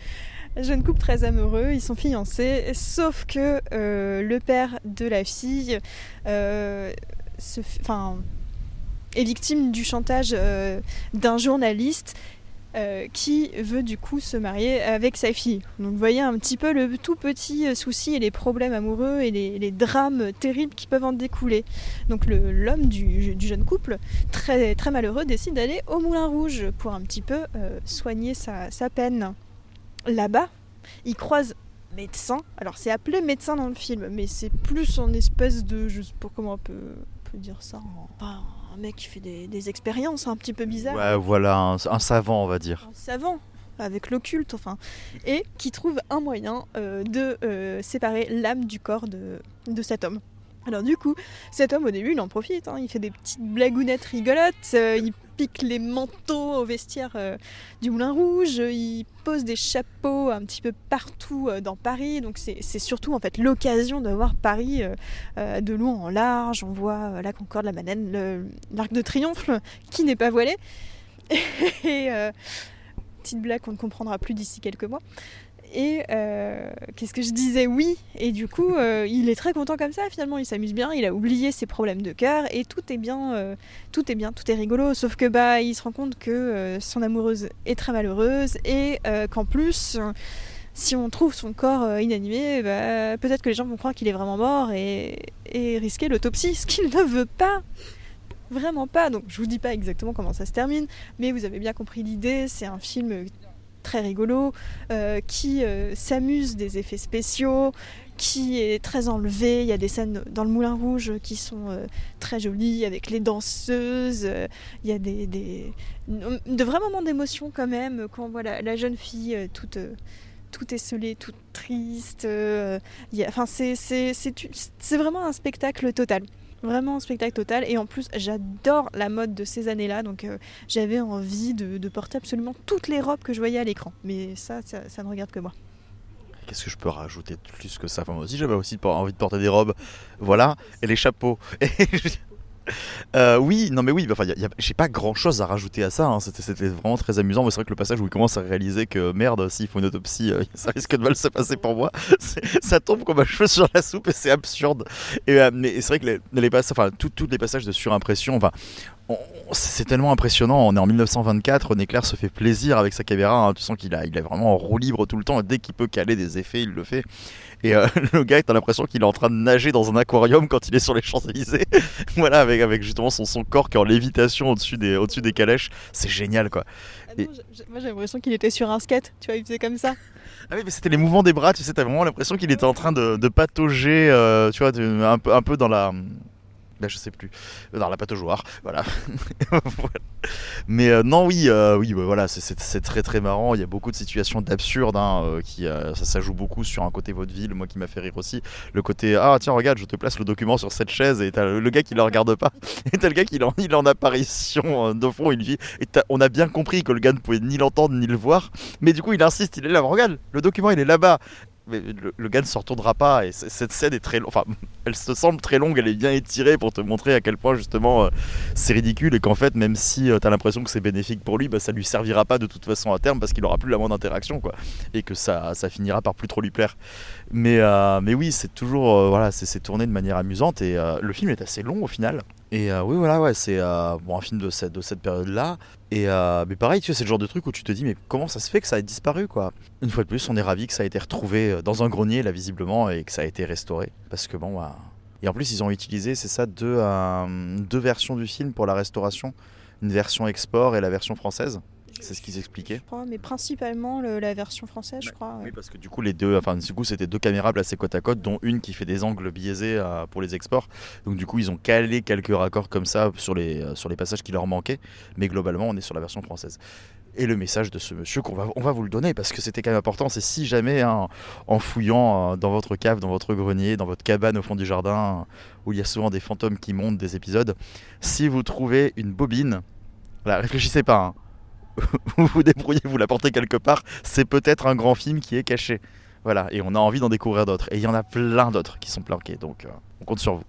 jeune couple très amoureux, ils sont fiancés, sauf que euh, le père de la fille euh, se, enfin, est victime du chantage euh, d'un journaliste euh, qui veut du coup se marier avec sa fille. Donc vous voyez un petit peu le tout petit souci et les problèmes amoureux et les, les drames terribles qui peuvent en découler. Donc le, l'homme du, du jeune couple, très, très malheureux, décide d'aller au Moulin Rouge pour un petit peu euh, soigner sa, sa peine. Là-bas, il croise médecin. Alors c'est appelé médecin dans le film, mais c'est plus en espèce de, je sais pas comment on peut, on peut dire ça, enfin, un mec qui fait des, des expériences un petit peu bizarres. Ouais, voilà, un, un savant, on va dire. Un savant, avec l'occulte, enfin, et qui trouve un moyen euh, de euh, séparer l'âme du corps de, de cet homme. Alors du coup, cet homme au début, il en profite, hein, il fait des petites blagounettes rigolotes, euh, il pique les manteaux au vestiaire euh, du Moulin Rouge, il pose des chapeaux un petit peu partout euh, dans Paris, donc c'est, c'est surtout en fait l'occasion de voir Paris euh, euh, de long en large. On voit euh, la Concorde, la Madeleine, le, l'Arc de Triomphe qui n'est pas voilé, et euh, petite blague qu'on ne comprendra plus d'ici quelques mois. Et euh, qu'est-ce que je disais ? Oui, et du coup, euh, il est très content comme ça, finalement, il s'amuse bien, il a oublié ses problèmes de cœur, et tout est bien, euh, tout est bien, tout est rigolo, sauf que bah, il se rend compte que euh, son amoureuse est très malheureuse, et euh, qu'en plus, euh, si on trouve son corps euh, inanimé, bah, peut-être que les gens vont croire qu'il est vraiment mort, et, et risquer l'autopsie, ce qu'il ne veut pas. Vraiment pas, donc je vous dis pas exactement comment ça se termine, mais vous avez bien compris l'idée, c'est un film très rigolo, euh, qui euh, s'amuse des effets spéciaux, qui est très enlevé. Il y a des scènes dans le Moulin Rouge qui sont euh, très jolies, avec les danseuses. Euh, il y a des, des, de vrais moments d'émotion quand même, quand on voit la, la jeune fille euh, toute... Euh, tout esselé, toute triste. Euh, y a, enfin, c'est, c'est, c'est, c'est vraiment un spectacle total. Vraiment un spectacle total, et en plus j'adore la mode de ces années-là, donc euh, j'avais envie de, de porter absolument toutes les robes que je voyais à l'écran, mais ça, ça, ça ne regarde que moi. Qu'est-ce que je peux rajouter de plus que ça ? Enfin, moi aussi j'avais aussi envie de porter des robes, voilà, et les chapeaux. Euh, oui, non mais oui, enfin, y a, y a, j'ai pas grand chose à rajouter à ça, hein. c'était, c'était vraiment très amusant, mais c'est vrai que le passage où il commence à réaliser que merde, s'il faut une autopsie, euh, ça risque de mal se passer pour moi, c'est, ça tombe comme un cheveu sur la soupe et c'est absurde. Et, euh, mais c'est vrai que les, les passages, enfin, tous les passages de surimpression, enfin, on, c'est tellement impressionnant. On est en mille neuf cent vingt-quatre, René Clair se fait plaisir avec sa caméra, hein. Tu sens qu'il a, il est vraiment en roue libre tout le temps, et dès qu'il peut caler des effets, il le fait. Et euh, le gars, t'as l'impression qu'il est en train de nager dans un aquarium quand il est sur les Champs-Élysées. Voilà, avec, avec justement son, son corps qui est en lévitation au-dessus des, au-dessus des calèches. C'est génial, quoi. Ah non, et... j'ai, moi j'ai l'impression qu'il était sur un skate, tu vois, il faisait comme ça. Ah oui, mais c'était les mouvements des bras, tu sais, t'as vraiment l'impression qu'il était en train de, de patauger, euh, tu vois, de, un, peu, un peu dans la... Ben, je sais plus, dans la pataugeoire, voilà. Voilà. Mais euh, non, oui, euh, oui, bah, voilà, c'est, c'est, c'est très très marrant. Il y a beaucoup de situations d'absurde, hein, euh, qui, euh, ça, ça joue beaucoup sur un côté vaudeville, moi qui m'a fait rire aussi. Le côté, ah tiens, regarde, je te place le document sur cette chaise, et t'as le, le gars qui le regarde pas, et t'as le gars qui est en, il est en apparition euh, de fond, il vit, et on a bien compris que le gars ne pouvait ni l'entendre ni le voir, mais du coup il insiste, il est là, regarde, le document il est là-bas. Mais le, le gars ne se retournera pas, et cette scène est très longue, enfin elle se semble très longue, elle est bien étirée pour te montrer à quel point justement euh, c'est ridicule, et qu'en fait même si euh, t'as l'impression que c'est bénéfique pour lui, bah, ça lui servira pas de toute façon à terme, parce qu'il aura plus la moindre interaction, quoi, et que ça, ça finira par plus trop lui plaire. Mais, euh, mais oui, c'est toujours, euh, voilà, c'est, c'est tourné de manière amusante, et euh, le film est assez long au final. Et euh, oui, voilà, ouais, c'est euh, bon, un film de cette, de cette période-là. Et euh, mais pareil, tu sais, c'est le genre de truc où tu te dis, mais comment ça se fait que ça ait disparu, quoi ? Une fois de plus, on est ravis que ça a été retrouvé dans un grenier, là, visiblement, et que ça a été restauré. Parce que bon, bah... Et en plus, ils ont utilisé, c'est ça, deux, euh, deux versions du film pour la restauration. Une version export et la version française. C'est ce qu'ils expliquaient. Je crois, mais principalement le, la version française, je crois. Ouais. Oui, parce que du coup, les deux, enfin, du coup, c'était deux caméras placées côte à côte, dont une qui fait des angles biaisés euh, pour les exports. Donc, du coup, ils ont calé quelques raccords comme ça sur les, euh, sur les passages qui leur manquaient. Mais globalement, on est sur la version française. Et le message de ce monsieur, qu'on va, on va vous le donner, parce que c'était quand même important, c'est si jamais, hein, en fouillant euh, dans votre cave, dans votre grenier, dans votre cabane au fond du jardin, euh, où il y a souvent des fantômes qui montent des épisodes, si vous trouvez une bobine, voilà, réfléchissez pas, hein. Vous vous débrouillez, vous la portez quelque part, c'est peut-être un grand film qui est caché. Voilà, et on a envie d'en découvrir d'autres. Et il y en a plein d'autres qui sont planqués, donc euh, on compte sur vous.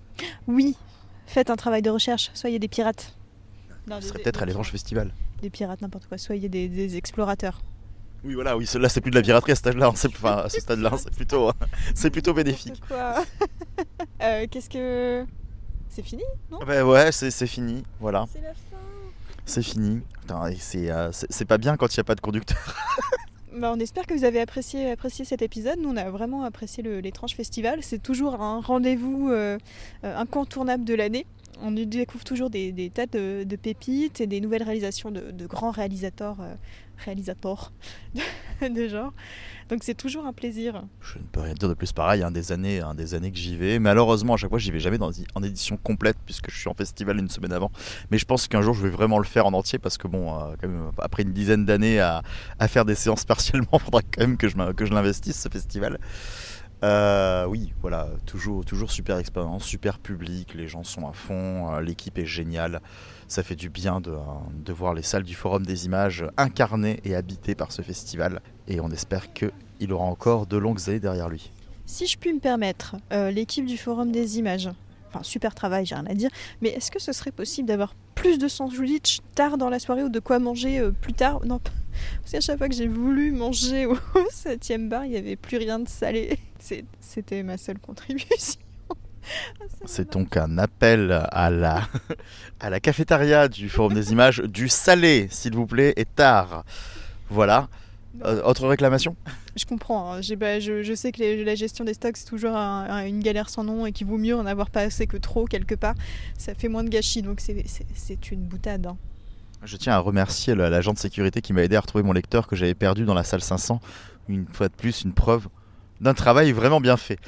Oui, faites un travail de recherche, soyez des pirates. Non, Ce serait des, peut-être des, à l'Évanche Festival. Des pirates, n'importe quoi, soyez des, des explorateurs. Oui, voilà, oui, là c'est plus de la piraterie à ce stade-là, c'est, enfin, à ce stade-là, c'est plutôt, c'est plutôt bénéfique. Quoi euh, Qu'est-ce que... C'est fini, non? Ben ouais, c'est, c'est fini, voilà. C'est la fin. C'est fini. Putain, et c'est, euh, c'est, c'est pas bien quand il n'y a pas de conducteur. Bah, on espère que vous avez apprécié, apprécié cet épisode. Nous, on a vraiment apprécié le, l'étrange festival. C'est toujours un rendez-vous euh, incontournable de l'année. On y découvre toujours des, des tas de, de pépites et des nouvelles réalisations de, de grands réalisateurs, euh, réalisateurs de, de genre. Donc c'est toujours un plaisir. Je ne peux rien dire de plus pareil, hein, des années, hein, des années que j'y vais. Malheureusement, à chaque fois, j'y vais jamais dans, en édition complète puisque je suis en festival une semaine avant. Mais je pense qu'un jour, je vais vraiment le faire en entier parce que bon, euh, quand même, après une dizaine d'années à, à faire des séances partiellement, il faudra quand même que je, que je l'investisse ce festival. Euh, oui, voilà, toujours, toujours super expérience, super public, les gens sont à fond, euh, l'équipe est géniale. Ça fait du bien de, de voir les salles du Forum des Images incarnées et habitées par ce festival. Et on espère qu'il aura encore de longues années derrière lui. Si je puis me permettre, euh, l'équipe du Forum des Images, enfin super travail, j'ai rien à dire, mais est-ce que ce serait possible d'avoir plus de sandwich tard dans la soirée ou de quoi manger euh, plus tard? Non, parce qu'à chaque fois que j'ai voulu manger au septième bar, il n'y avait plus rien de salé. C'est, c'était ma seule contribution. C'est donc un appel à la, à la cafétéria du Forum des Images, du salé, s'il vous plaît, et tard. Voilà. Euh, autre réclamation ? Je comprends, hein. J'ai, bah, je, je sais que les, la gestion des stocks c'est toujours un, un, une galère sans nom et qu'il vaut mieux en avoir pas assez que trop quelque part. Ça fait moins de gâchis, donc c'est, c'est, c'est une boutade. Hein. Je tiens à remercier l'agent de sécurité qui m'a aidé à retrouver mon lecteur que j'avais perdu dans la salle cinq cents. Une fois de plus, une preuve d'un travail vraiment bien fait.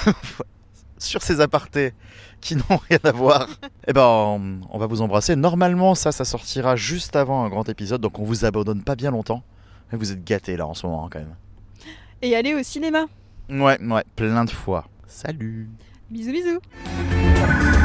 Sur ces apartés qui n'ont rien à voir, eh ben, on, on va vous embrasser. Normalement, ça, ça sortira juste avant un grand épisode, donc on vous abandonne pas bien longtemps. Mais vous êtes gâtés là en ce moment hein, quand même. Et allez au cinéma. Ouais, ouais, plein de fois. Salut. Bisous, bisous.